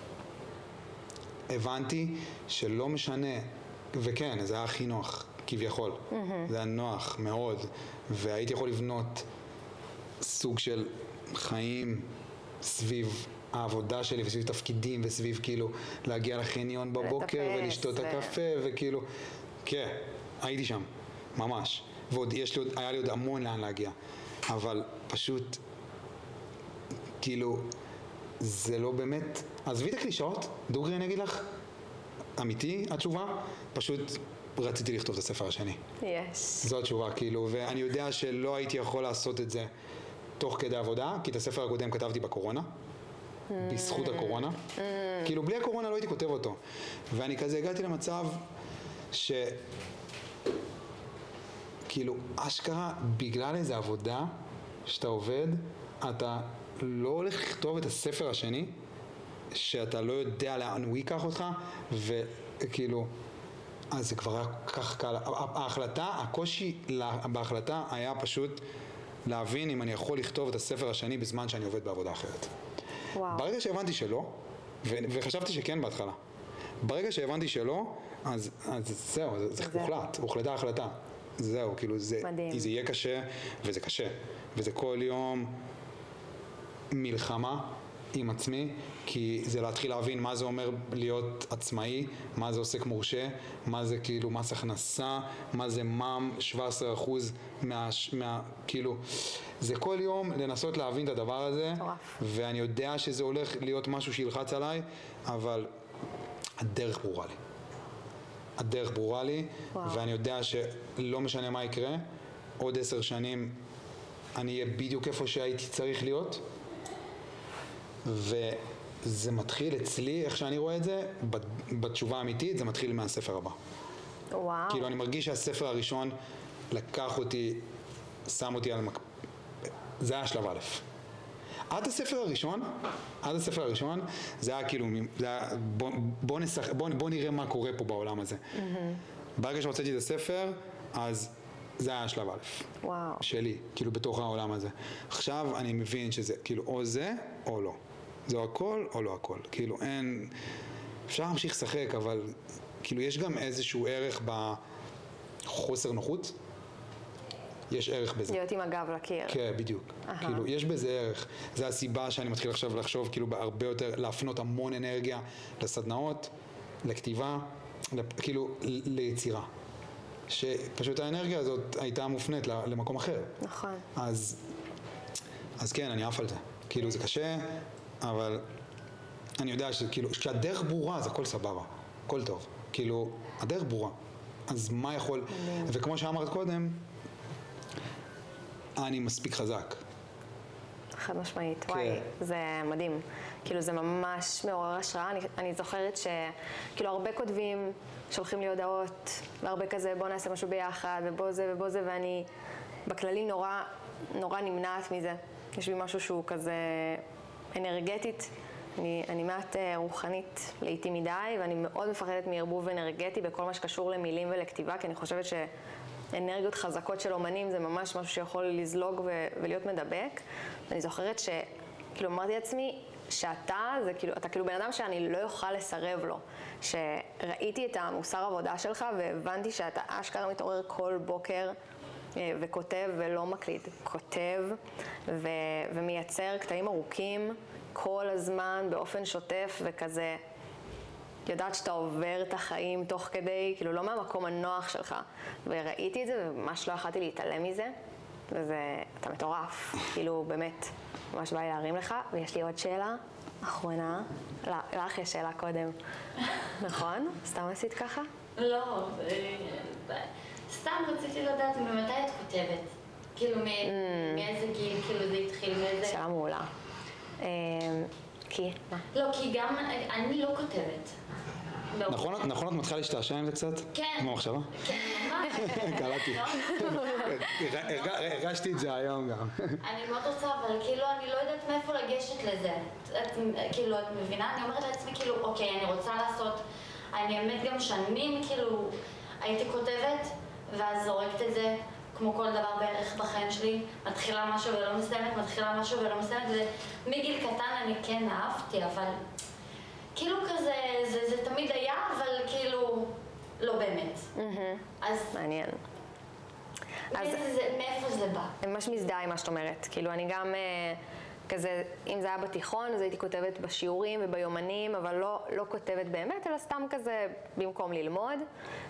הבנתי שלא משנה, וכן, זה היה הכי נוח כביכול, זה היה נוח מאוד, והייתי יכול לבנות סוג של חיים סביב העבודה שלי וסביב תפקידים וסביב כאילו להגיע לחניון בבוקר ולשתות את הקפה וכאילו, כן, הייתי שם, ממש. ועוד היה לי עוד המון לאן להגיע, אבל פשוט כאילו זה לא באמת, עזבי את הקלישאות, דוגרי אני אגיד לך, אמיתי התשובה, פשוט רציתי לכתוב את הספר השני. זו התשובה כאילו, ואני יודע שלא הייתי יכול לעשות את זה תוך כדי עבודה, כי את הספר הקודם כתבתי בקורונה, בזכות הקורונה, כאילו בלי הקורונה לא הייתי כותב אותו, ואני כזה הגעתי למצב כאילו, אשכרה, בגלל איזו עבודה שאתה עובד, אתה לא הולך לכתוב את הספר השני, שאתה לא יודע לאן הוא ייקח אותך, וכאילו, אז זה כבר היה כך קל. הקושי בהחלטה היה פשוט להבין אם אני יכול לכתוב את הספר השני בזמן שאני עובד בעבודה אחרת. וואו. ברגע שהבנתי שלא, וחשבתי שכן בהתחלה. ברגע שהבנתי שלא, אז זהו, זה הוחלטה החלטה. זהו, כאילו זה יהיה קשה, וזה קשה. וזה כל יום מלחמה עם עצמי, כי זה להתחיל להבין מה זה אומר להיות עצמאי, מה זה עוסק מורשה, מה זה כאילו מס הכנסה, מה זה מע"מ 17% כאילו, זה כל יום לנסות להבין את הדבר הזה, ואני יודע שזה הולך להיות משהו שילחץ עליי, אבל הדרך ברורה לי. הדרך ברורה לי, ואני יודע שלא משנה מה יקרה, עוד 10 שנים אני אהיה בדיוק איפה שהייתי צריך להיות, וזה מתחיל אצלי, איך שאני רואה את זה, בתשובה האמיתית, זה מתחיל מהספר הבא. וואו. כאילו אני מרגיש שהספר הראשון לקח אותי, שם אותי על זה היה שלב א'. עד הספר הראשון, זה היה כאילו, בוא נראה מה קורה פה בעולם הזה. ברגע שהוצאתי את הספר, אז זה היה שלב א'. וואו. שלי, כאילו בתוך העולם הזה. עכשיו אני מבין שזה כאילו או זה או לא. זה או הכל או לא הכל. כאילו אין, אפשר להמשיך לשחק, אבל כאילו יש גם איזשהו ערך בחוסר נוחות. יש ערך בזה. להיות עם הגב לקיר. כן, בדיוק. כאילו, יש בזה ערך. זה הסיבה שאני מתחיל עכשיו לחשוב, כאילו, בהרבה יותר, להפנות המון אנרגיה לסדנאות, לכתיבה, כאילו, ליצירה. שפשוט האנרגיה הזאת הייתה מופנית למקום אחר. נכון. אז כן, אני עף על זה. כאילו, זה קשה, אבל אני יודע שכאילו, כשהדרך ברורה, אז הכל סבבה. הכל טוב. כאילו, הדרך ברורה. אז מה יכול... וכמו שאמרת קודם, אני מספיק חזק. חד משמעית, וואי, זה מדהים. כאילו זה ממש מעורר השראה. אני זוכרת שכאילו הרבה כותבים שולחים לי הודעות, והרבה כזה בוא נעשה משהו ביחד, ובוא זה ובוא זה, ואני בכללי נורא נמנעת מזה. יש בי משהו שהוא כזה אנרגטית. אני מעט רוחנית לעתים מדי, ואני מאוד מפחדת מערבוב אנרגטי בכל מה שקשור למילים ולכתיבה, כי אני חושבת אנרגיות חזקות של אומנים זה ממש משהו שיכול לזלוג ולהיות מדבק. אני זוכרת שכאילו אמרתי לעצמי שאתה, זה כאילו, אתה כאילו בן אדם שאני לא יוכל לסרב לו. שראיתי את המוסר עבודה שלך והבנתי שאתה אשכרה מתעורר כל בוקר וכותב ולא מקליט. כותב ומייצר קטעים ארוכים כל הזמן באופן שוטף וכזה. יודעת שאתה עובר את החיים תוך כדי, כאילו לא מהמקום הנוח שלך. וראיתי את זה וממש לא יכולתי להתעלם מזה. אתה מטורף, כאילו באמת, ממש בא לי להרים לך. ויש לי עוד שאלה אחרונה. לך יש שאלה קודם. נכון? סתם עשית ככה? לא, סתם רציתי לדעת ממתי את כותבת. כאילו מאיזה גיל, כאילו זה התחיל מאיזה... שאלה מעולה. כי? מה? לא, כי גם אני לא כותבת. נכון את מתחילה להשתעשע עם זה קצת? כן. כמו מחשבה? כן, ממש. קלטתי. הרגשתי את זה היום גם. אני מאוד רוצה, אבל כאילו אני לא יודעת מאיפה לגשת לזה. כאילו, את מבינה? אני אומרת לעצמי כאילו, אוקיי, אני רוצה לעשות... אני האמת גם שנים כאילו הייתי כותבת, ואז זורקת את זה כמו כל דבר בערך בחיים שלי. מתחילה משהו ולא מסיימת, ומגיל קטן אני כן אהבתי, אבל... כאילו כזה, זה תמיד היה, אבל כאילו, לא באמת. אז... מעניין. מאיפה זה בא? אני ממש מזדהה עם מה שאת אומרת. כאילו, אני גם כזה, אם זה היה בתיכון, אז הייתי כותבת בשיעורים וביומנים, אבל לא כותבת באמת, אלא סתם כזה במקום ללמוד.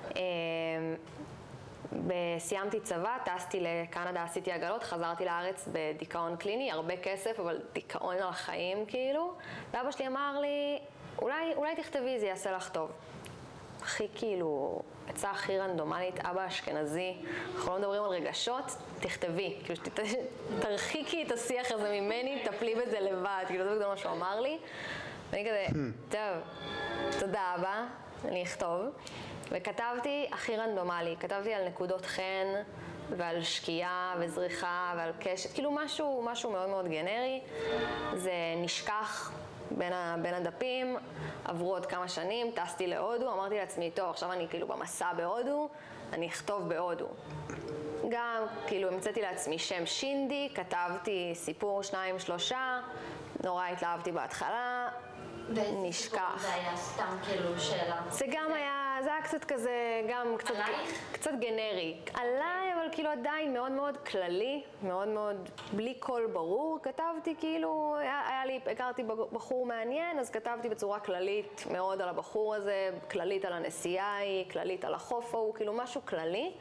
סיימתי צבא, טסתי לקנדה, עשיתי עגלות, חזרתי לארץ בדיכאון קליני, הרבה כסף, אבל דיכאון על החיים כאילו. ואבא שלי אמר לי, אולי תכתבי, זה יעשה לך טוב. הכי כאילו, עצה הכי רנדומלית, אבא אשכנזי, אנחנו לא מדברים על רגשות, תכתבי. כאילו, תרחיקי את השיח הזה ממני, תפלי בזה לבד. כאילו, זה בגלל מה שהוא אמר לי. ואני כזה, טוב, תודה אבא, אני אכתוב. וכתבתי הכי רנדומלי, כתבתי על נקודות חן ועל שקיעה וזריחה ועל קשת, כאילו משהו מאוד מאוד גנרי. זה נשכח בין הדפים, עברו עוד כמה שנים, טסתי להודו, אמרתי לעצמי, טוב, עכשיו אני כאילו במסע בהודו, אני אכתוב בהודו. גם כאילו המצאתי לעצמי שם שינדי, כתבתי סיפור 2-3, נורא התלהבתי בהתחלה, נשכח. זה היה סתם כאילו שאלה. זה גם היה, זה היה קצת כזה, גם קצת, קצת גנרי. עליי, אבל כאילו עדיין מאוד מאוד כללי, מאוד מאוד בלי קול ברור. כתבתי כאילו, הכרתי בחור מעניין, אז כתבתי בצורה כללית מאוד על הבחור הזה, כללית על הנסיעה היא, כללית על החוף ההוא, כאילו משהו כללי.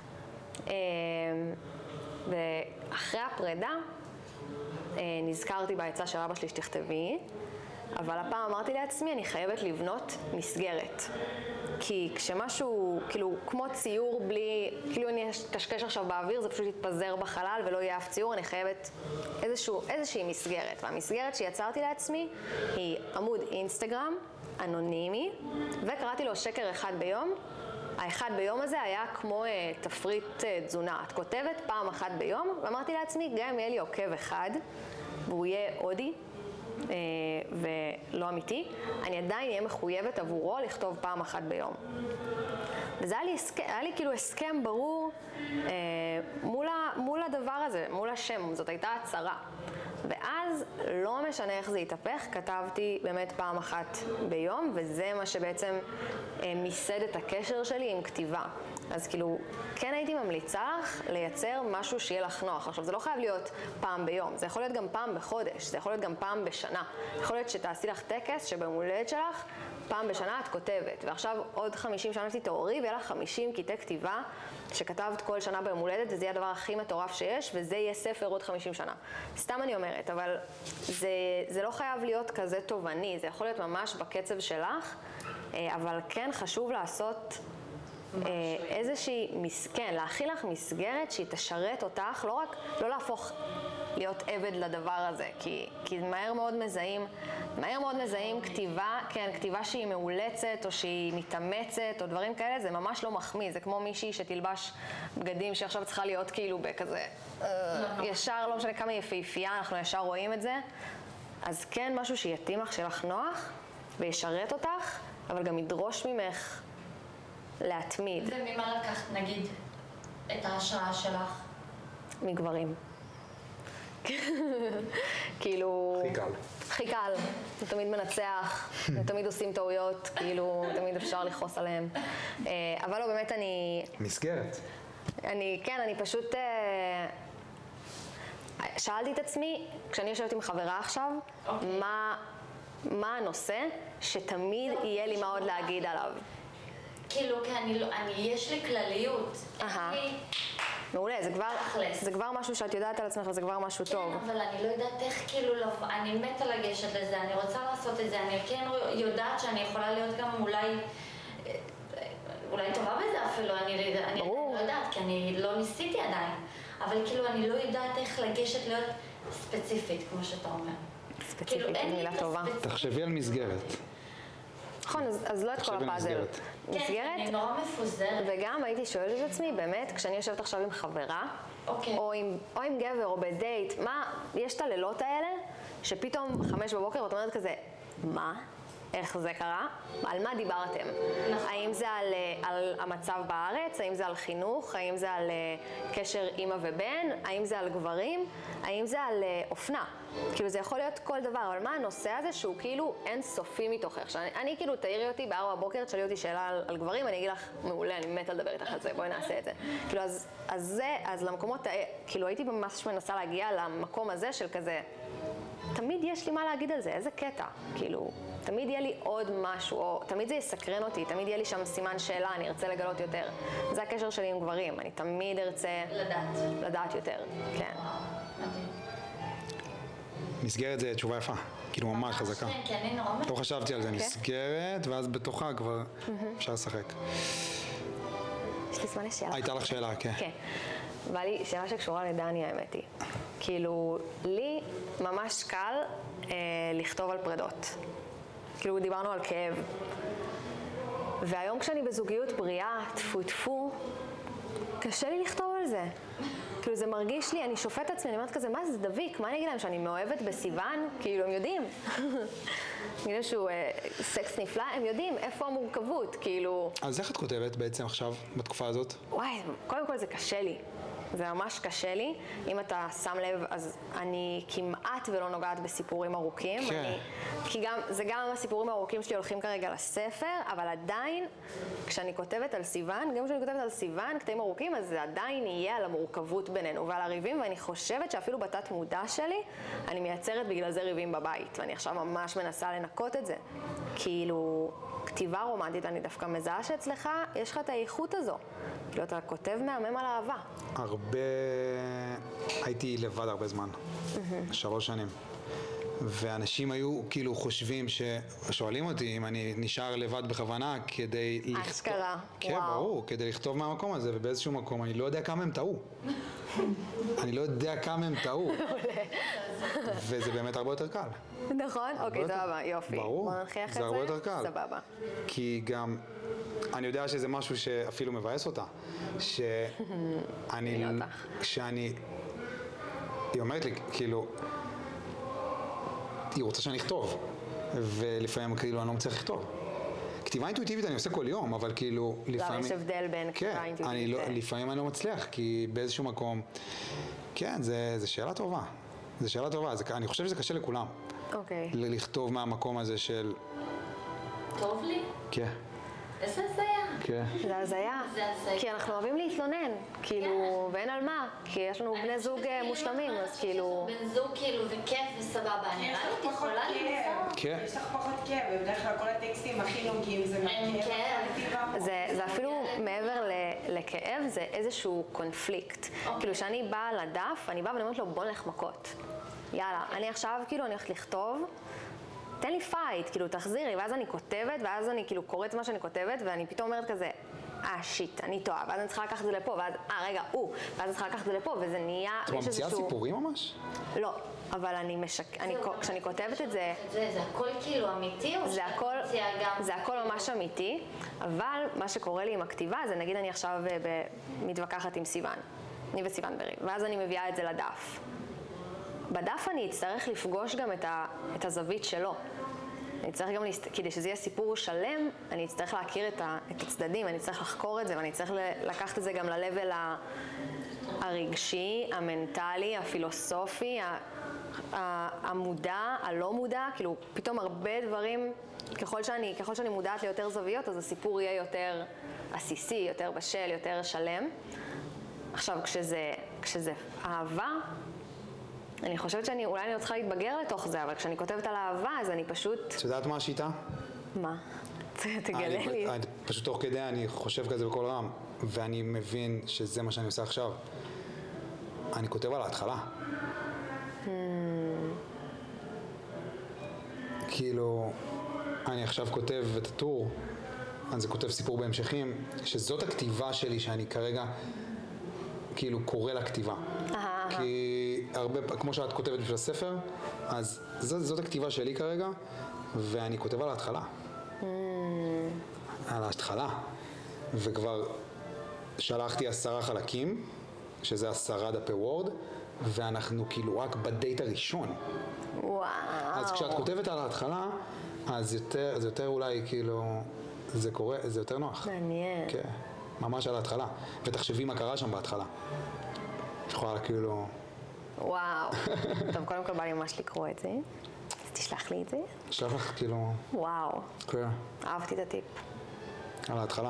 ואחרי הפרידה, נזכרתי בעצה של אבא שלי שתכתבי, אבל הפעם אמרתי לעצמי, אני חייבת לבנות מסגרת. כי כשמשהו, כאילו, כמו ציור בלי, כאילו אני אשקשקש עכשיו באוויר, זה פשוט יתפזר בחלל ולא יהיה אף ציור, אני חייבת איזושהי מסגרת. והמסגרת שיצרתי לעצמי היא עמוד אינסטגרם, אנונימי, וקראתי לו שקר אחד ביום. האחד ביום הזה היה כמו תפריט תזונה. את כותבת פעם אחת ביום, ואמרתי לעצמי, גם אם יהיה לי עוקב אחד, והוא יהיה הודי, ולא אמיתי, אני עדיין אהיה מחויבת עבורו לכתוב פעם אחת ביום. וזה היה לי כאילו הסכם ברור מול הדבר הזה, מול השם, זאת הייתה הצהרה. ואז לא משנה איך זה יתהפך, כתבתי באמת פעם אחת ביום, וזה מה שבעצם מיסד את הקשר שלי עם כתיבה. אז כאילו, כן הייתי ממליצה לך לייצר משהו שיהיה לך נוח. עכשיו, זה לא חייב להיות פעם ביום, זה יכול להיות גם פעם בחודש, זה יכול להיות גם פעם בשנה. יכול להיות שתעשי לך טקס שביום הולדת שלך, פעם בשנה את כותבת, ועכשיו עוד 50 שנה תתעוררי ויהיה לך 50 קטעי כתיבה שכתבת כל שנה ביום הולדת, וזה יהיה הדבר הכי מטורף שיש, וזה יהיה ספר עוד 50 שנה. סתם אני אומרת, אבל זה לא חייב להיות כזה תובעני, זה יכול להיות ממש בקצב שלך, אבל כן חשוב לעשות איזושהי, כן, להכיל לך מסגרת שהיא תשרת אותך, לא להפוך להיות עבד לדבר הזה, כי מהר מאוד מזהים כתיבה, כן, כתיבה שהיא מאולצת או שהיא מתאמצת או דברים כאלה, זה ממש לא מחמיא, זה כמו מישהי שתלבש בגדים שעכשיו צריכה להיות כאילו בכזה, ישר, לא משנה כמה יפהפייה, אנחנו ישר רואים את זה, אז כן, משהו שיתאים לך, שיהיה לך נוח וישרת אותך, אבל גם ידרוש ממך להתמיד. וממה לקחת, נגיד, את ההשראה שלך? מגברים. כאילו... הכי קל. זה תמיד מנצח, הם תמיד עושים טעויות, כאילו, תמיד אפשר לכעוס עליהם. אבל לא, באמת אני... מסגרת. אני פשוט... שאלתי את עצמי, כשאני יושבת עם חברה עכשיו, מה הנושא שתמיד יהיה לי מה עוד להגיד עליו. כאילו, כי יש לי כלליות. מעולה, זה כבר משהו שאת יודעת על עצמך, וזה כבר משהו טוב. כן, אבל אני לא יודעת איך כאילו, אני מתה לגשת לזה, אני רוצה לעשות את זה, אני כן יודעת שאני יכולה להיות גם אולי טובה בזה אפילו, אני לא יודעת, כי אני לא ניסיתי עדיין, אבל כאילו אני לא יודעת איך לגשת להיות ספציפית, כמו שאתה אומר. ספציפית, היא מילה טובה. תחשבי על מסגרת. נכון, אז לא את כל הפאזל. מסגרת, אני נורא מפוזרת. וגם הייתי שואלת את עצמי, באמת, כשאני יושבת עכשיו עם חברה, או עם גבר, או בדייט, יש את הלילות האלה, שפתאום 5 בבוקר, ואת אומרת כזה, מה? איך זה קרה? על מה דיברתם? האם זה על המצב בארץ? האם זה על חינוך? האם זה על קשר אמא ובן? האם זה על גברים? האם זה על אופנה? כאילו זה יכול להיות כל דבר, אבל מה הנושא הזה שהוא כאילו אין סופי מתוכך? אני כאילו תעירי אותי ב4 בבוקר, תשאלי אותי שאלה על גברים, אני אגיד לך, מעולה, אני מתה לדבר איתך על זה, בואי נעשה את זה. כאילו אז למקומות, כאילו הייתי ממש מנסה להגיע למקום הזה של כזה, תמיד יש לי מה להגיד על זה, איזה קטע, כאילו, תמיד יהיה לי עוד משהו, או תמיד זה יסקרן אותי, תמיד יהיה לי שם סימן שאלה, אני ארצה לגלות יותר. זה הקשר שלי עם גברים, אני תמיד ארצה לדעת יותר, כן. מסגרת זה תשובה יפה, כאילו ממש חזקה. לא חשבתי על זה, מסגרת, ואז בתוכה כבר אפשר לשחק. יש לי זמן לשאלה. הייתה לך שאלה, כן. כן, אבל לי שאלה שקשורה לדני, האמת היא. כאילו, לי ממש קל לכתוב על פרדות. כאילו, דיברנו על כאב. והיום כשאני בזוגיות בריאה, טפו, קשה לי לכתוב על זה. כאילו, זה מרגיש לי, אני שופט עצמי, אני אומרת כזה, מה זה דביק? מה אני אגיד להם, שאני מאוהבת בסיוון? כאילו, הם יודעים. נראה שהוא סקס נפלא, הם יודעים איפה המורכבות, כאילו... אז איך את כותבת בעצם עכשיו, בתקופה הזאת? וואי, קודם כל זה קשה לי. זה ממש קשה לי. אם אתה שם לב, אז אני כמעט ולא נוגעת בסיפורים ארוכים. כן. כי זה גם הסיפורים הארוכים שלי הולכים כרגע לספר, אבל עדיין, כשאני כותבת על סיוון, גם כשאני כותבת על סיוון, קטעים ארוכים, אז זה עדיין יהיה על המורכבות בינינו ועל הריבים, ואני חושבת שאפילו בתת מודע שלי, אני מייצרת בגלל זה ריבים בבית, ואני עכשיו ממש מנסה לנקות את זה. כאילו, כתיבה רומנטית, אני דווקא מזהה שאצלך, יש לך את האיכות הזו. כאילו, אתה כותב מהמם על אהבה. הייתי לבד הרבה זמן, 3 שנים. ואנשים היו כאילו חושבים שואלים אותי אם אני נשאר לבד בכוונה כדי לכתוב. אשכרה, כן, וואו. ברור, כדי לכתוב מהמקום הזה, ובאיזשהו מקום אני לא יודע כמה הם טעו. אני לא יודע כמה הם טעו. וזה באמת הרבה יותר קל. נכון? אוקיי, סבבה, יופי. ברור, בוא ננחיח את זה הרבה יותר קל. סבבה. כי גם, אני יודע שזה משהו שאפילו מבאס אותה. שאני, כשאני, היא אומרת לי, כאילו, היא רוצה שאני אכתוב, ולפעמים כאילו אני לא מצליח לכתוב. כתיבה אינטואיטיבית אני עושה כל יום, אבל כאילו לפעמים... יש הבדל בין כתיבה אינטואיטיבית. כן, לפעמים אני לא מצליח, כי באיזשהו מקום... כן, זה שאלה טובה. זה שאלה טובה, אני חושב שזה קשה לכולם. אוקיי. לכתוב מהמקום הזה של... טוב לי? כן. איזה הזיה. כן. זה הזיה. זה הזיה. כי אנחנו אוהבים להתלונן, כאילו, ואין על מה, כי יש לנו בני זוג מושלמים, אז כאילו... בן זוג כאילו, וכיף וסבבה, נראה לי את יכולה למצוא. כן. יש לך פחות כאב, ובדרך כלל כל הטקסטים הכי נוגעים זה מהכאב. זה אפילו מעבר לכאב, זה איזשהו קונפליקט. כאילו, כשאני באה לדף, אני באה ואני אומרת לו, בוא נלך מכות. יאללה, אני עכשיו, כאילו, אני הולכת לכתוב, תן לי פייט, כאילו, תחזירי, ואז אני כותבת, ואז אני כאילו קוראת מה שאני כותבת, ואני פתאום אומרת כזה, שיט, אני טועה, ואז אני צריכה לקחת את זה לפה, ואז, רגע, ואז אני צריכה לקחת את זה לפה, וזה נהיה, את ממציאה סיפורים ממש? לא, אבל כשאני כותבת את זה... זה הכל כאילו אמיתי, או זה הכל ממש אמיתי, אבל מה שקורה לי עם הכתיבה, זה נגיד אני עכשיו מתווכחת עם סיוון, אני וסיוון בריב, ואז אני מביאה את זה לדף. בדף אני אצטרך לפגוש גם את הזווית שלו. אני צריך גם, כדי שזה יהיה סיפור שלם, אני אצטרך להכיר את הצדדים, אני אצטרך לחקור את זה, ואני צריך לקחת את זה גם ל-level הרגשי, המנטלי, הפילוסופי, המודע, הלא מודע, כאילו פתאום הרבה דברים, ככל שאני מודעת ליותר זוויות, אז הסיפור יהיה יותר עסיסי, יותר בשל, יותר שלם. עכשיו, כשזה אהבה, אני חושבת אולי אני לא צריכה להתבגר לתוך זה, אבל כשאני כותבת על אהבה, אז אני פשוט... את יודעת מה השיטה? מה? תגלה לי. פשוט תוך כדי אני חושב כזה בכל רם, ואני מבין שזה מה שאני עושה עכשיו. אני כותב על ההתחלה. כאילו, אני עכשיו כותב את הטור, אז זה כותב סיפור בהמשכים, שזאת הכתיבה שלי שאני כרגע כאילו קורא לכתיבה. כי הרבה, כמו שאת כותבת בשביל הספר, אז זאת הכתיבה שלי כרגע, ואני כותב על ההתחלה. על ההתחלה. וכבר שלחתי 10 חלקים, שזה 10 דפי וורד, ואנחנו כאילו רק בדייט הראשון. וואו. אז כשאת כותבת על ההתחלה, אז זה יותר אולי כאילו, זה קורה, זה יותר נוח. מעניין. כן, ממש על ההתחלה. ותחשבי מה קרה שם בהתחלה. את יכולה כאילו... וואו. טוב, קודם כל בא לי ממש לקרוא את זה. אז תשלח לי את זה. שלח לך כאילו... וואו. כן. אהבתי את הטיפ. על ההתחלה.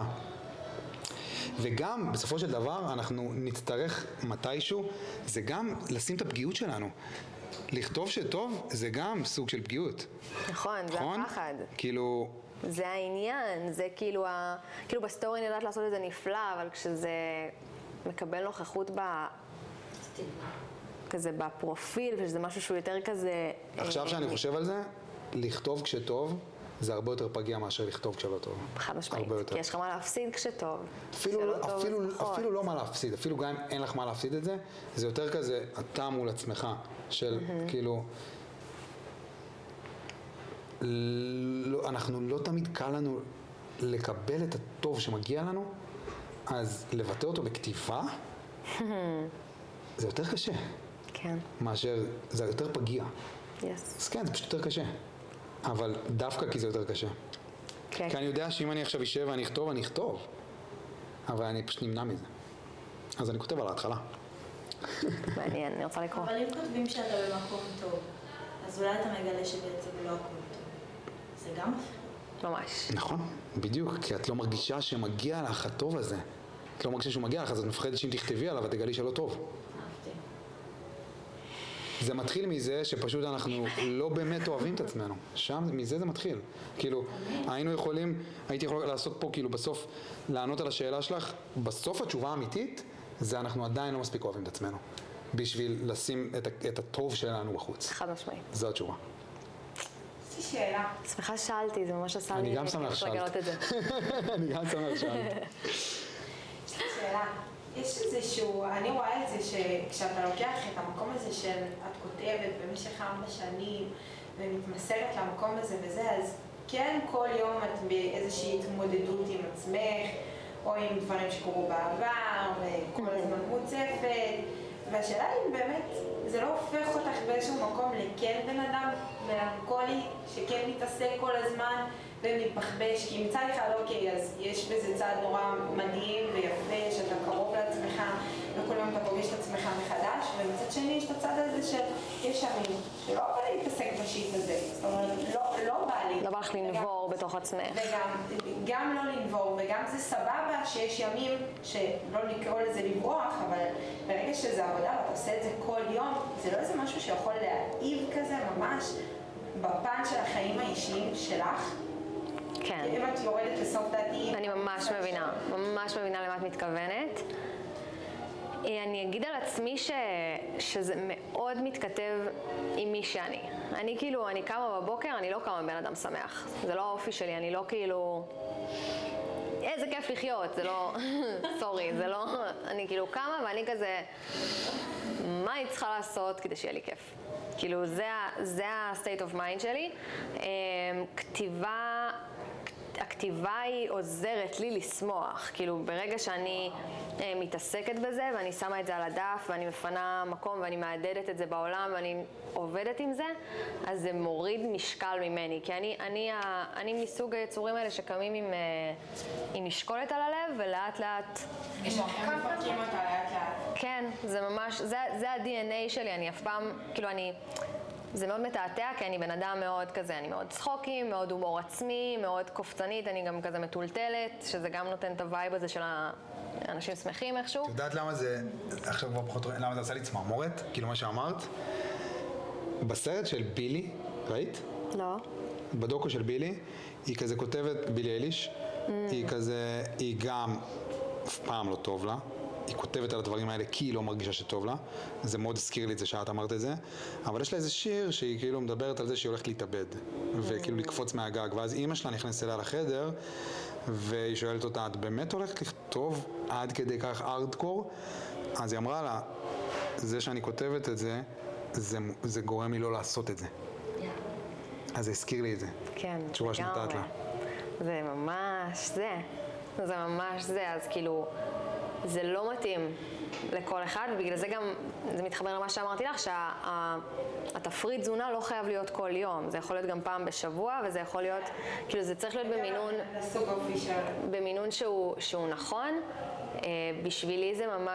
וגם, בסופו של דבר, אנחנו נצטרך מתישהו, זה גם לשים את הפגיעות שלנו. לכתוב שטוב, זה גם סוג של פגיעות. נכון, זה הפחד. כאילו... זה העניין, זה כאילו בסטורי אני יודעת לעשות את זה נפלא, אבל כשזה מקבל נוכחות כזה בפרופיל, ושזה משהו שהוא יותר כזה... עכשיו שאני חושב על זה, לכתוב כשטוב, זה הרבה יותר פגיע מאשר לכתוב כשלא טוב. חד משמעית, כי יש לך מה להפסיד כשטוב. אפילו לא מה להפסיד, אפילו גם אם אין לך מה להפסיד את זה, זה יותר כזה אתה מול עצמך, של כאילו... אנחנו לא תמיד קל לנו לקבל את הטוב שמגיע לנו, אז לבטא אותו בכתיבה, זה יותר קשה. כן. מאשר, זה יותר פגיע. אז כן, זה פשוט יותר קשה. אבל דווקא כי זה יותר קשה. כן. כי אני יודע שאם אני עכשיו אשב ואני אכתוב, אני אכתוב. אבל אני פשוט נמנע מזה. אז אני כותב על ההתחלה. מעניין, אני רוצה לקרוא. אבל אם כותבים שאתה במקום טוב, אז אולי אתה מגלה שבעצם לא הכל טוב. זה גם מפחיד. ממש. נכון, בדיוק, כי את לא מרגישה שמגיע לך הטוב הזה. את לא מרגישה שהוא מגיע לך, אז את מפחדת שאם תכתבי עליו, את תגלי שלא טוב. אהבתי. זה מתחיל מזה שפשוט אנחנו לא באמת אוהבים את עצמנו. שם, מזה זה מתחיל. כאילו, הייתי יכול לעשות פה, כאילו, בסוף, לענות על השאלה שלך, בסוף התשובה האמיתית, זה אנחנו עדיין לא מספיק אוהבים את עצמנו. בשביל לשים את הטוב שלנו בחוץ. חד משמעית. זו התשובה. יש לי שאלה. שמחה שאלתי, זה ממש עשה לי... אני גם שמח שאלת. לגלות את זה. אני גם שמח שאלת. יש לי שאלה. יש איזשהו, אני רואה את זה שכשאתה לוקח את המקום הזה של את כותבת במשך 4 שנים ומתמסרת למקום הזה וזה, אז כן כל יום את באיזושהי התמודדות עם עצמך או עם דברים שקורו בעבר וכל הזמן מוצפת, והשאלה היא באמת, זה לא הופך אותך באיזשהו מקום לכן בן אדם מלנכולי שכן מתעסק כל הזמן ומתבחבש, כי מצד אחד אוקיי, אז יש בזה צעד נורא מדהים ויפה, שאתה קרוב לעצמך וכל יום אתה פוגש את עצמך מחדש, ומצד שני יש את הצד הזה של יש ימים שלא בא לי להתעסק בשיט הזה, זאת אומרת, לא בא לי. לא בא לך לנבור בתוך עצמך. וגם לא לנבור, וגם זה סבבה שיש ימים שלא לקרוא לזה לברוח, אבל ברגע שזה עבודה ואתה עושה את זה כל יום, זה לא איזה משהו שיכול להעיב כזה ממש בפן של החיים האישיים שלך. כן. אם את יורדת לסוף דעתי... אני ממש מבינה למה את מתכוונת. אני אגיד על עצמי שזה מאוד מתכתב עם מי שאני. אני קמה בבוקר, אני לא קמה בן אדם שמח. זה לא האופי שלי, אני לא כאילו... איזה כיף לחיות, זה לא... סורי, זה לא... אני קמה ואני כזה... מה אני צריכה לעשות כדי שיהיה לי כיף? כאילו, זה ה-state of mind שלי. הכתיבה היא עוזרת לי לשמוח. כאילו, ברגע שאני מתעסקת בזה ואני שמה את זה על הדף ואני מפנה מקום ואני מעדדת את זה בעולם ואני עובדת עם זה, אז זה מוריד משקל ממני. כי אני מסוג היצורים האלה שקמים עם משקולת על הלב ולאט לאט... יש לכם מפרקים אותה לאט לאט. כן, זה ממש, זה ה-DNA שלי, אני אף פעם, כאילו זה מאוד מתעתע, כי אני בן אדם מאוד כזה, אני מאוד צחוקים, מאוד הומור עצמי, מאוד קופצנית, אני גם כזה מטולטלת, שזה גם נותן את הווייב הזה של האנשים שמחים איכשהו. את יודעת למה זה, עכשיו כבר פחות, למה זה עשה לי צמרמורת? כאילו מה שאמרת, בסרט של בילי, ראית? לא. בדוקו של בילי, היא כזה כותבת, בילי אליש, היא גם אף פעם לא טוב לה, היא כותבת על הדברים האלה כי היא לא מרגישה שטוב לה, זה מאוד הזכיר לי את זה שאת אמרת את זה, אבל יש לה איזה שיר שהיא כאילו מדברת על זה שהיא הולכת להתאבד, וכאילו לקפוץ מהגג, ואז אימא שלה נכנסת אליה לחדר, והיא שואלת אותה, את באמת הולכת לכתוב עד כדי כך ארדקור? אז היא אמרה לה, זה שאני כותבת את זה, זה גורם לי לא לעשות את זה. אז זה הזכיר לי את זה. כן, תשובה שנתת לה. זה ממש זה ממש זה, אז כאילו, זה לא מתאים לכל אחד, ובגלל זה גם, זה מתחבר למה שאמרתי לך, שהתפריט תזונה לא חייב להיות כל יום, זה יכול להיות גם פעם בשבוע, וזה יכול להיות, כאילו זה צריך להיות במינון שהוא נכון, בשבילי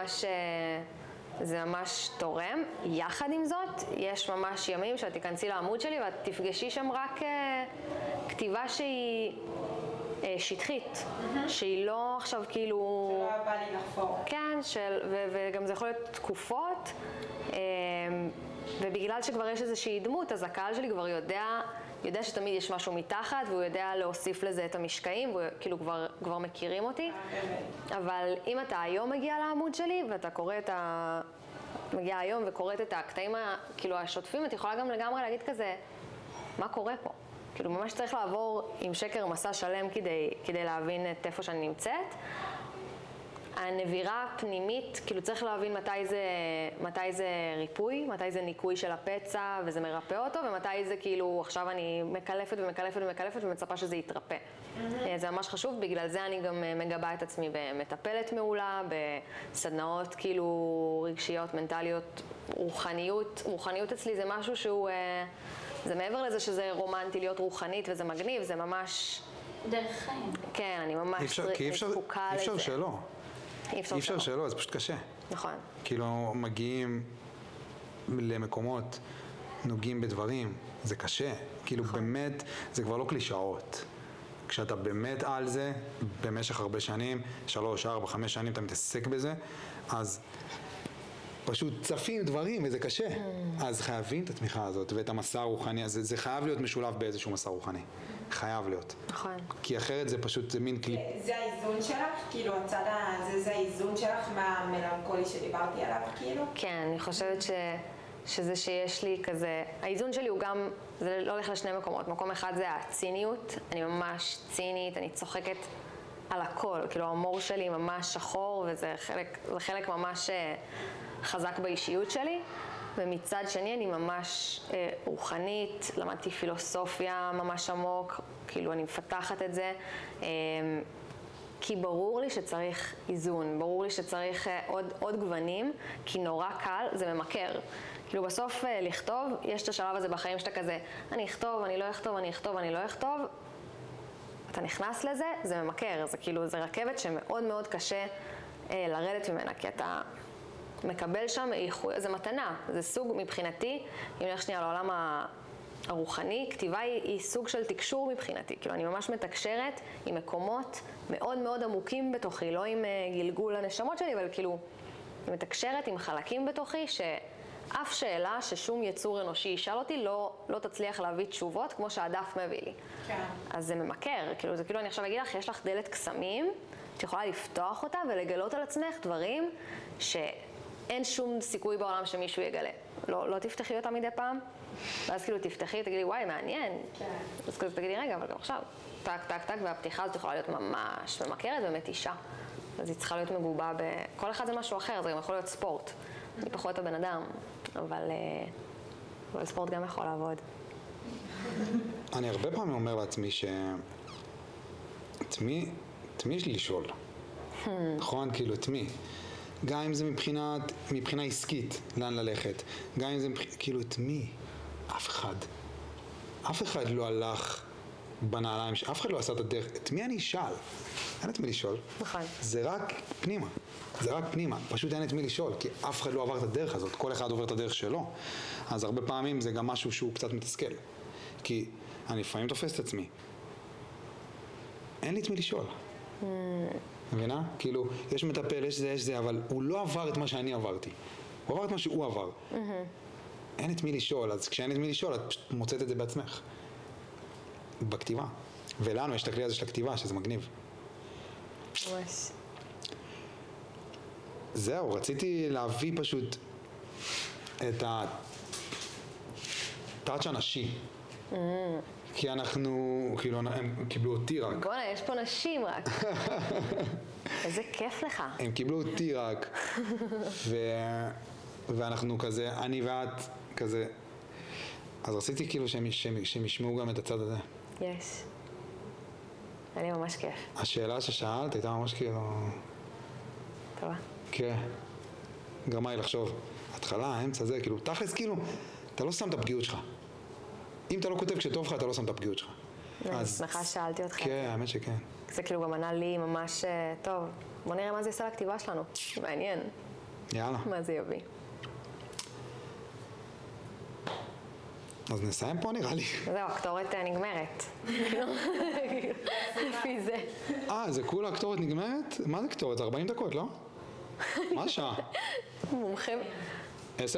זה ממש תורם. יחד עם זאת, יש ממש ימים שאת תיכנסי לעמוד שלי ואת תפגשי שם רק כתיבה שהיא שטחית, שהיא לא עכשיו כאילו... שלא בא לי לחפור. כן, וגם זה יכול להיות תקופות, ובגלל שכבר יש איזושהי דמות, אז הקהל שלי כבר יודע שתמיד יש משהו מתחת, והוא יודע להוסיף לזה את המשקעים, וכאילו כבר מכירים אותי. אבל אם אתה היום מגיע לעמוד שלי, ואתה קורא מגיע היום וקוראת את הקטעים כאילו השוטפים, את יכולה גם לגמרי להגיד כזה, מה קורה פה? כאילו ממש צריך לעבור עם שקר מסע שלם כדי להבין את איפה שאני נמצאת. הנבירה הפנימית, כאילו צריך להבין מתי זה ריפוי, מתי זה ניקוי של הפצע וזה מרפא אותו, ומתי זה כאילו עכשיו אני מקלפת ומקלפת ומקלפת ומצפה שזה יתרפא. זה ממש חשוב, בגלל זה אני גם מגבה את עצמי במטפלת מעולה, בסדנאות כאילו רגשיות, מנטליות, רוחניות אצלי זה משהו שהוא, זה מעבר לזה שזה רומנטי להיות רוחנית וזה מגניב, זה ממש... דרך חיים. כן, אני ממש זקוקה לזה. אי אפשר שלא. אי אפשר אי אפשר שלא, זה פשוט קשה. נכון. כאילו מגיעים למקומות, נוגעים בדברים, זה קשה. כאילו באמת, זה כבר לא קלישאות. כשאתה באמת על זה, במשך הרבה שנים, 3, 4, 5 שנים אתה מתעסק בזה, אז פשוט צפים דברים וזה קשה. אז חייבים את התמיכה הזאת ואת המסע הרוחני, זה חייב להיות משולב באיזשהו מסע רוחני. חייב להיות. נכון. כי אחרת זה פשוט, זה מין קליפ. זה האיזון שלך? כאילו הצד הזה זה האיזון שלך מהמלנכולי שדיברתי עליו כאילו? כן, אני חושבת שזה שיש לי כזה, האיזון שלי הוא גם, זה לא הולך לשני מקומות, מקום אחד זה הציניות, אני ממש צינית, אני צוחקת על הכל, כאילו ההומור שלי ממש שחור וזה חלק ממש חזק באישיות שלי, ומצד שני אני ממש רוחנית, למדתי פילוסופיה ממש עמוק, כאילו אני מפתחת את זה, כי ברור לי שצריך איזון, ברור לי שצריך עוד גוונים, כי נורא קל, זה ממכר. כאילו בסוף לכתוב, יש את השלב הזה בחיים שאתה כזה, אני אכתוב, אני לא אכתוב, אני אכתוב, אני לא אכתוב. אתה נכנס לזה, זה ממכר, זה כאילו, זה רכבת שמאוד מאוד קשה לרדת ממנה, כי אתה מקבל שם איחוי, זה מתנה, זה סוג מבחינתי, אם נלך שנייה לעולם הרוחני, כתיבה היא סוג של תקשור מבחינתי, כאילו אני ממש מתקשרת עם מקומות מאוד מאוד עמוקים בתוכי, לא עם גלגול הנשמות שלי, אבל כאילו מתקשרת עם חלקים בתוכי שאף שאלה ששום יצור אנושי ישאל אותי לא תצליח להביא תשובות כמו שהדף מביא לי. כן. אז זה ממכר, כאילו זה כאילו אני עכשיו אגיד לך, יש לך דלת קסמים, את יכולה לפתוח אותה ולגלות על עצמך דברים שאין שום סיכוי בעולם שמישהו יגלה. לא תפתחי אותה מדי פעם, ואז כאילו תפתחי, תגידי, וואי, מעניין. כן. אז כזה תגידי, רגע, אבל גם עכשיו, טק, טק, טק, והפתיחה הזאת יכולה להיות ממש ממכרת ומתישה. אז היא צריכה להיות מגובה כל אחד זה משהו אחר, זה גם יכול להיות ספורט. אני פחות הבן אדם, אבל ספורט גם יכול לעבוד. אני הרבה פעמים אומר לעצמי את מי יש לי לשאול? נכון? כאילו, את מי? גם אם זה מבחינה עסקית, לאן ללכת. גם אם זה כאילו, את מי? אף אחד. אף אחד לא הלך בנעליים, אף אחד לא עשה את הדרך. את מי אני אשאל? אין את מי לשאול. נכון. זה רק פנימה. זה רק פנימה. פשוט אין את מי לשאול, כי אף אחד לא עבר את הדרך הזאת. כל אחד עובר את הדרך שלו. אז הרבה פעמים זה גם משהו שהוא קצת מתסכל. כי אני לפעמים תופס את עצמי. אין לי את מי לשאול. מבינה? כאילו, יש מטפל, יש זה, אבל הוא לא עבר את מה שאני עברתי. הוא עבר את מה שהוא עבר. אין את מי לשאול, אז כשאין את מי לשאול, את פשוט מוצאת את זה בעצמך. בכתיבה. ולנו יש את הכלי הזה של הכתיבה, שזה מגניב. ממש. זהו, רציתי להביא פשוט את הטאץ' הנשי. כי אנחנו, כאילו, הם קיבלו אותי רק. בוא'נה, יש פה נשים רק. איזה כיף לך. הם קיבלו אותי רק. ואנחנו כזה, אני ואת כזה. אז רציתי כאילו שהם ישמעו גם את הצד הזה. יש. אני ממש כיף. השאלה ששאלת הייתה ממש כאילו... טובה. כן. גרמה לי לחשוב. התחלה, האמצע זה, כאילו, תכלס כאילו, אתה לא שם את הפגיעות שלך. אם אתה לא כותב כשטוב לך, אתה לא שם את הפגיעות שלך. אני שמחה ששאלתי אותך. כן, האמת שכן. זה כאילו גם ענה לי ממש טוב. בוא נראה מה זה יעשה לכתיבה שלנו. מעניין. יאללה. מה זה יביא. אז נסיים פה נראה לי. זהו, הקטורת נגמרת. לפי זה. זה כולה הקטורת נגמרת? מה זה קטורת? זה 40 דקות, לא? מה השעה? מומחים. 10?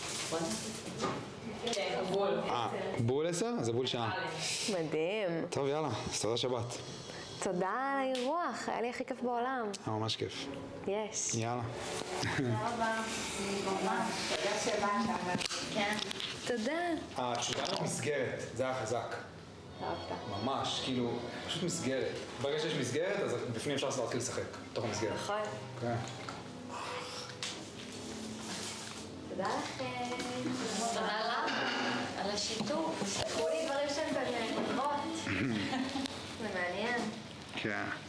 בול. בול 10? זה בול שעה. מדהים. טוב, יאללה, אז תודה שבת. תודה על האירוח, היה לי הכי כיף בעולם. היה ממש כיף. יש. יאללה. תודה רבה. תודה שבאת. כן. תודה. התשובה במסגרת, זה היה חזק. ממש, כאילו, פשוט מסגרת. ברגע שיש מסגרת, אז בפנים אפשר להתחיל לשחק, בתוך המסגרת. נכון. כן. תודה לכם. תודה לך על השיתוף. תקראו לי דברים שהם באמת. זה מעניין. כן.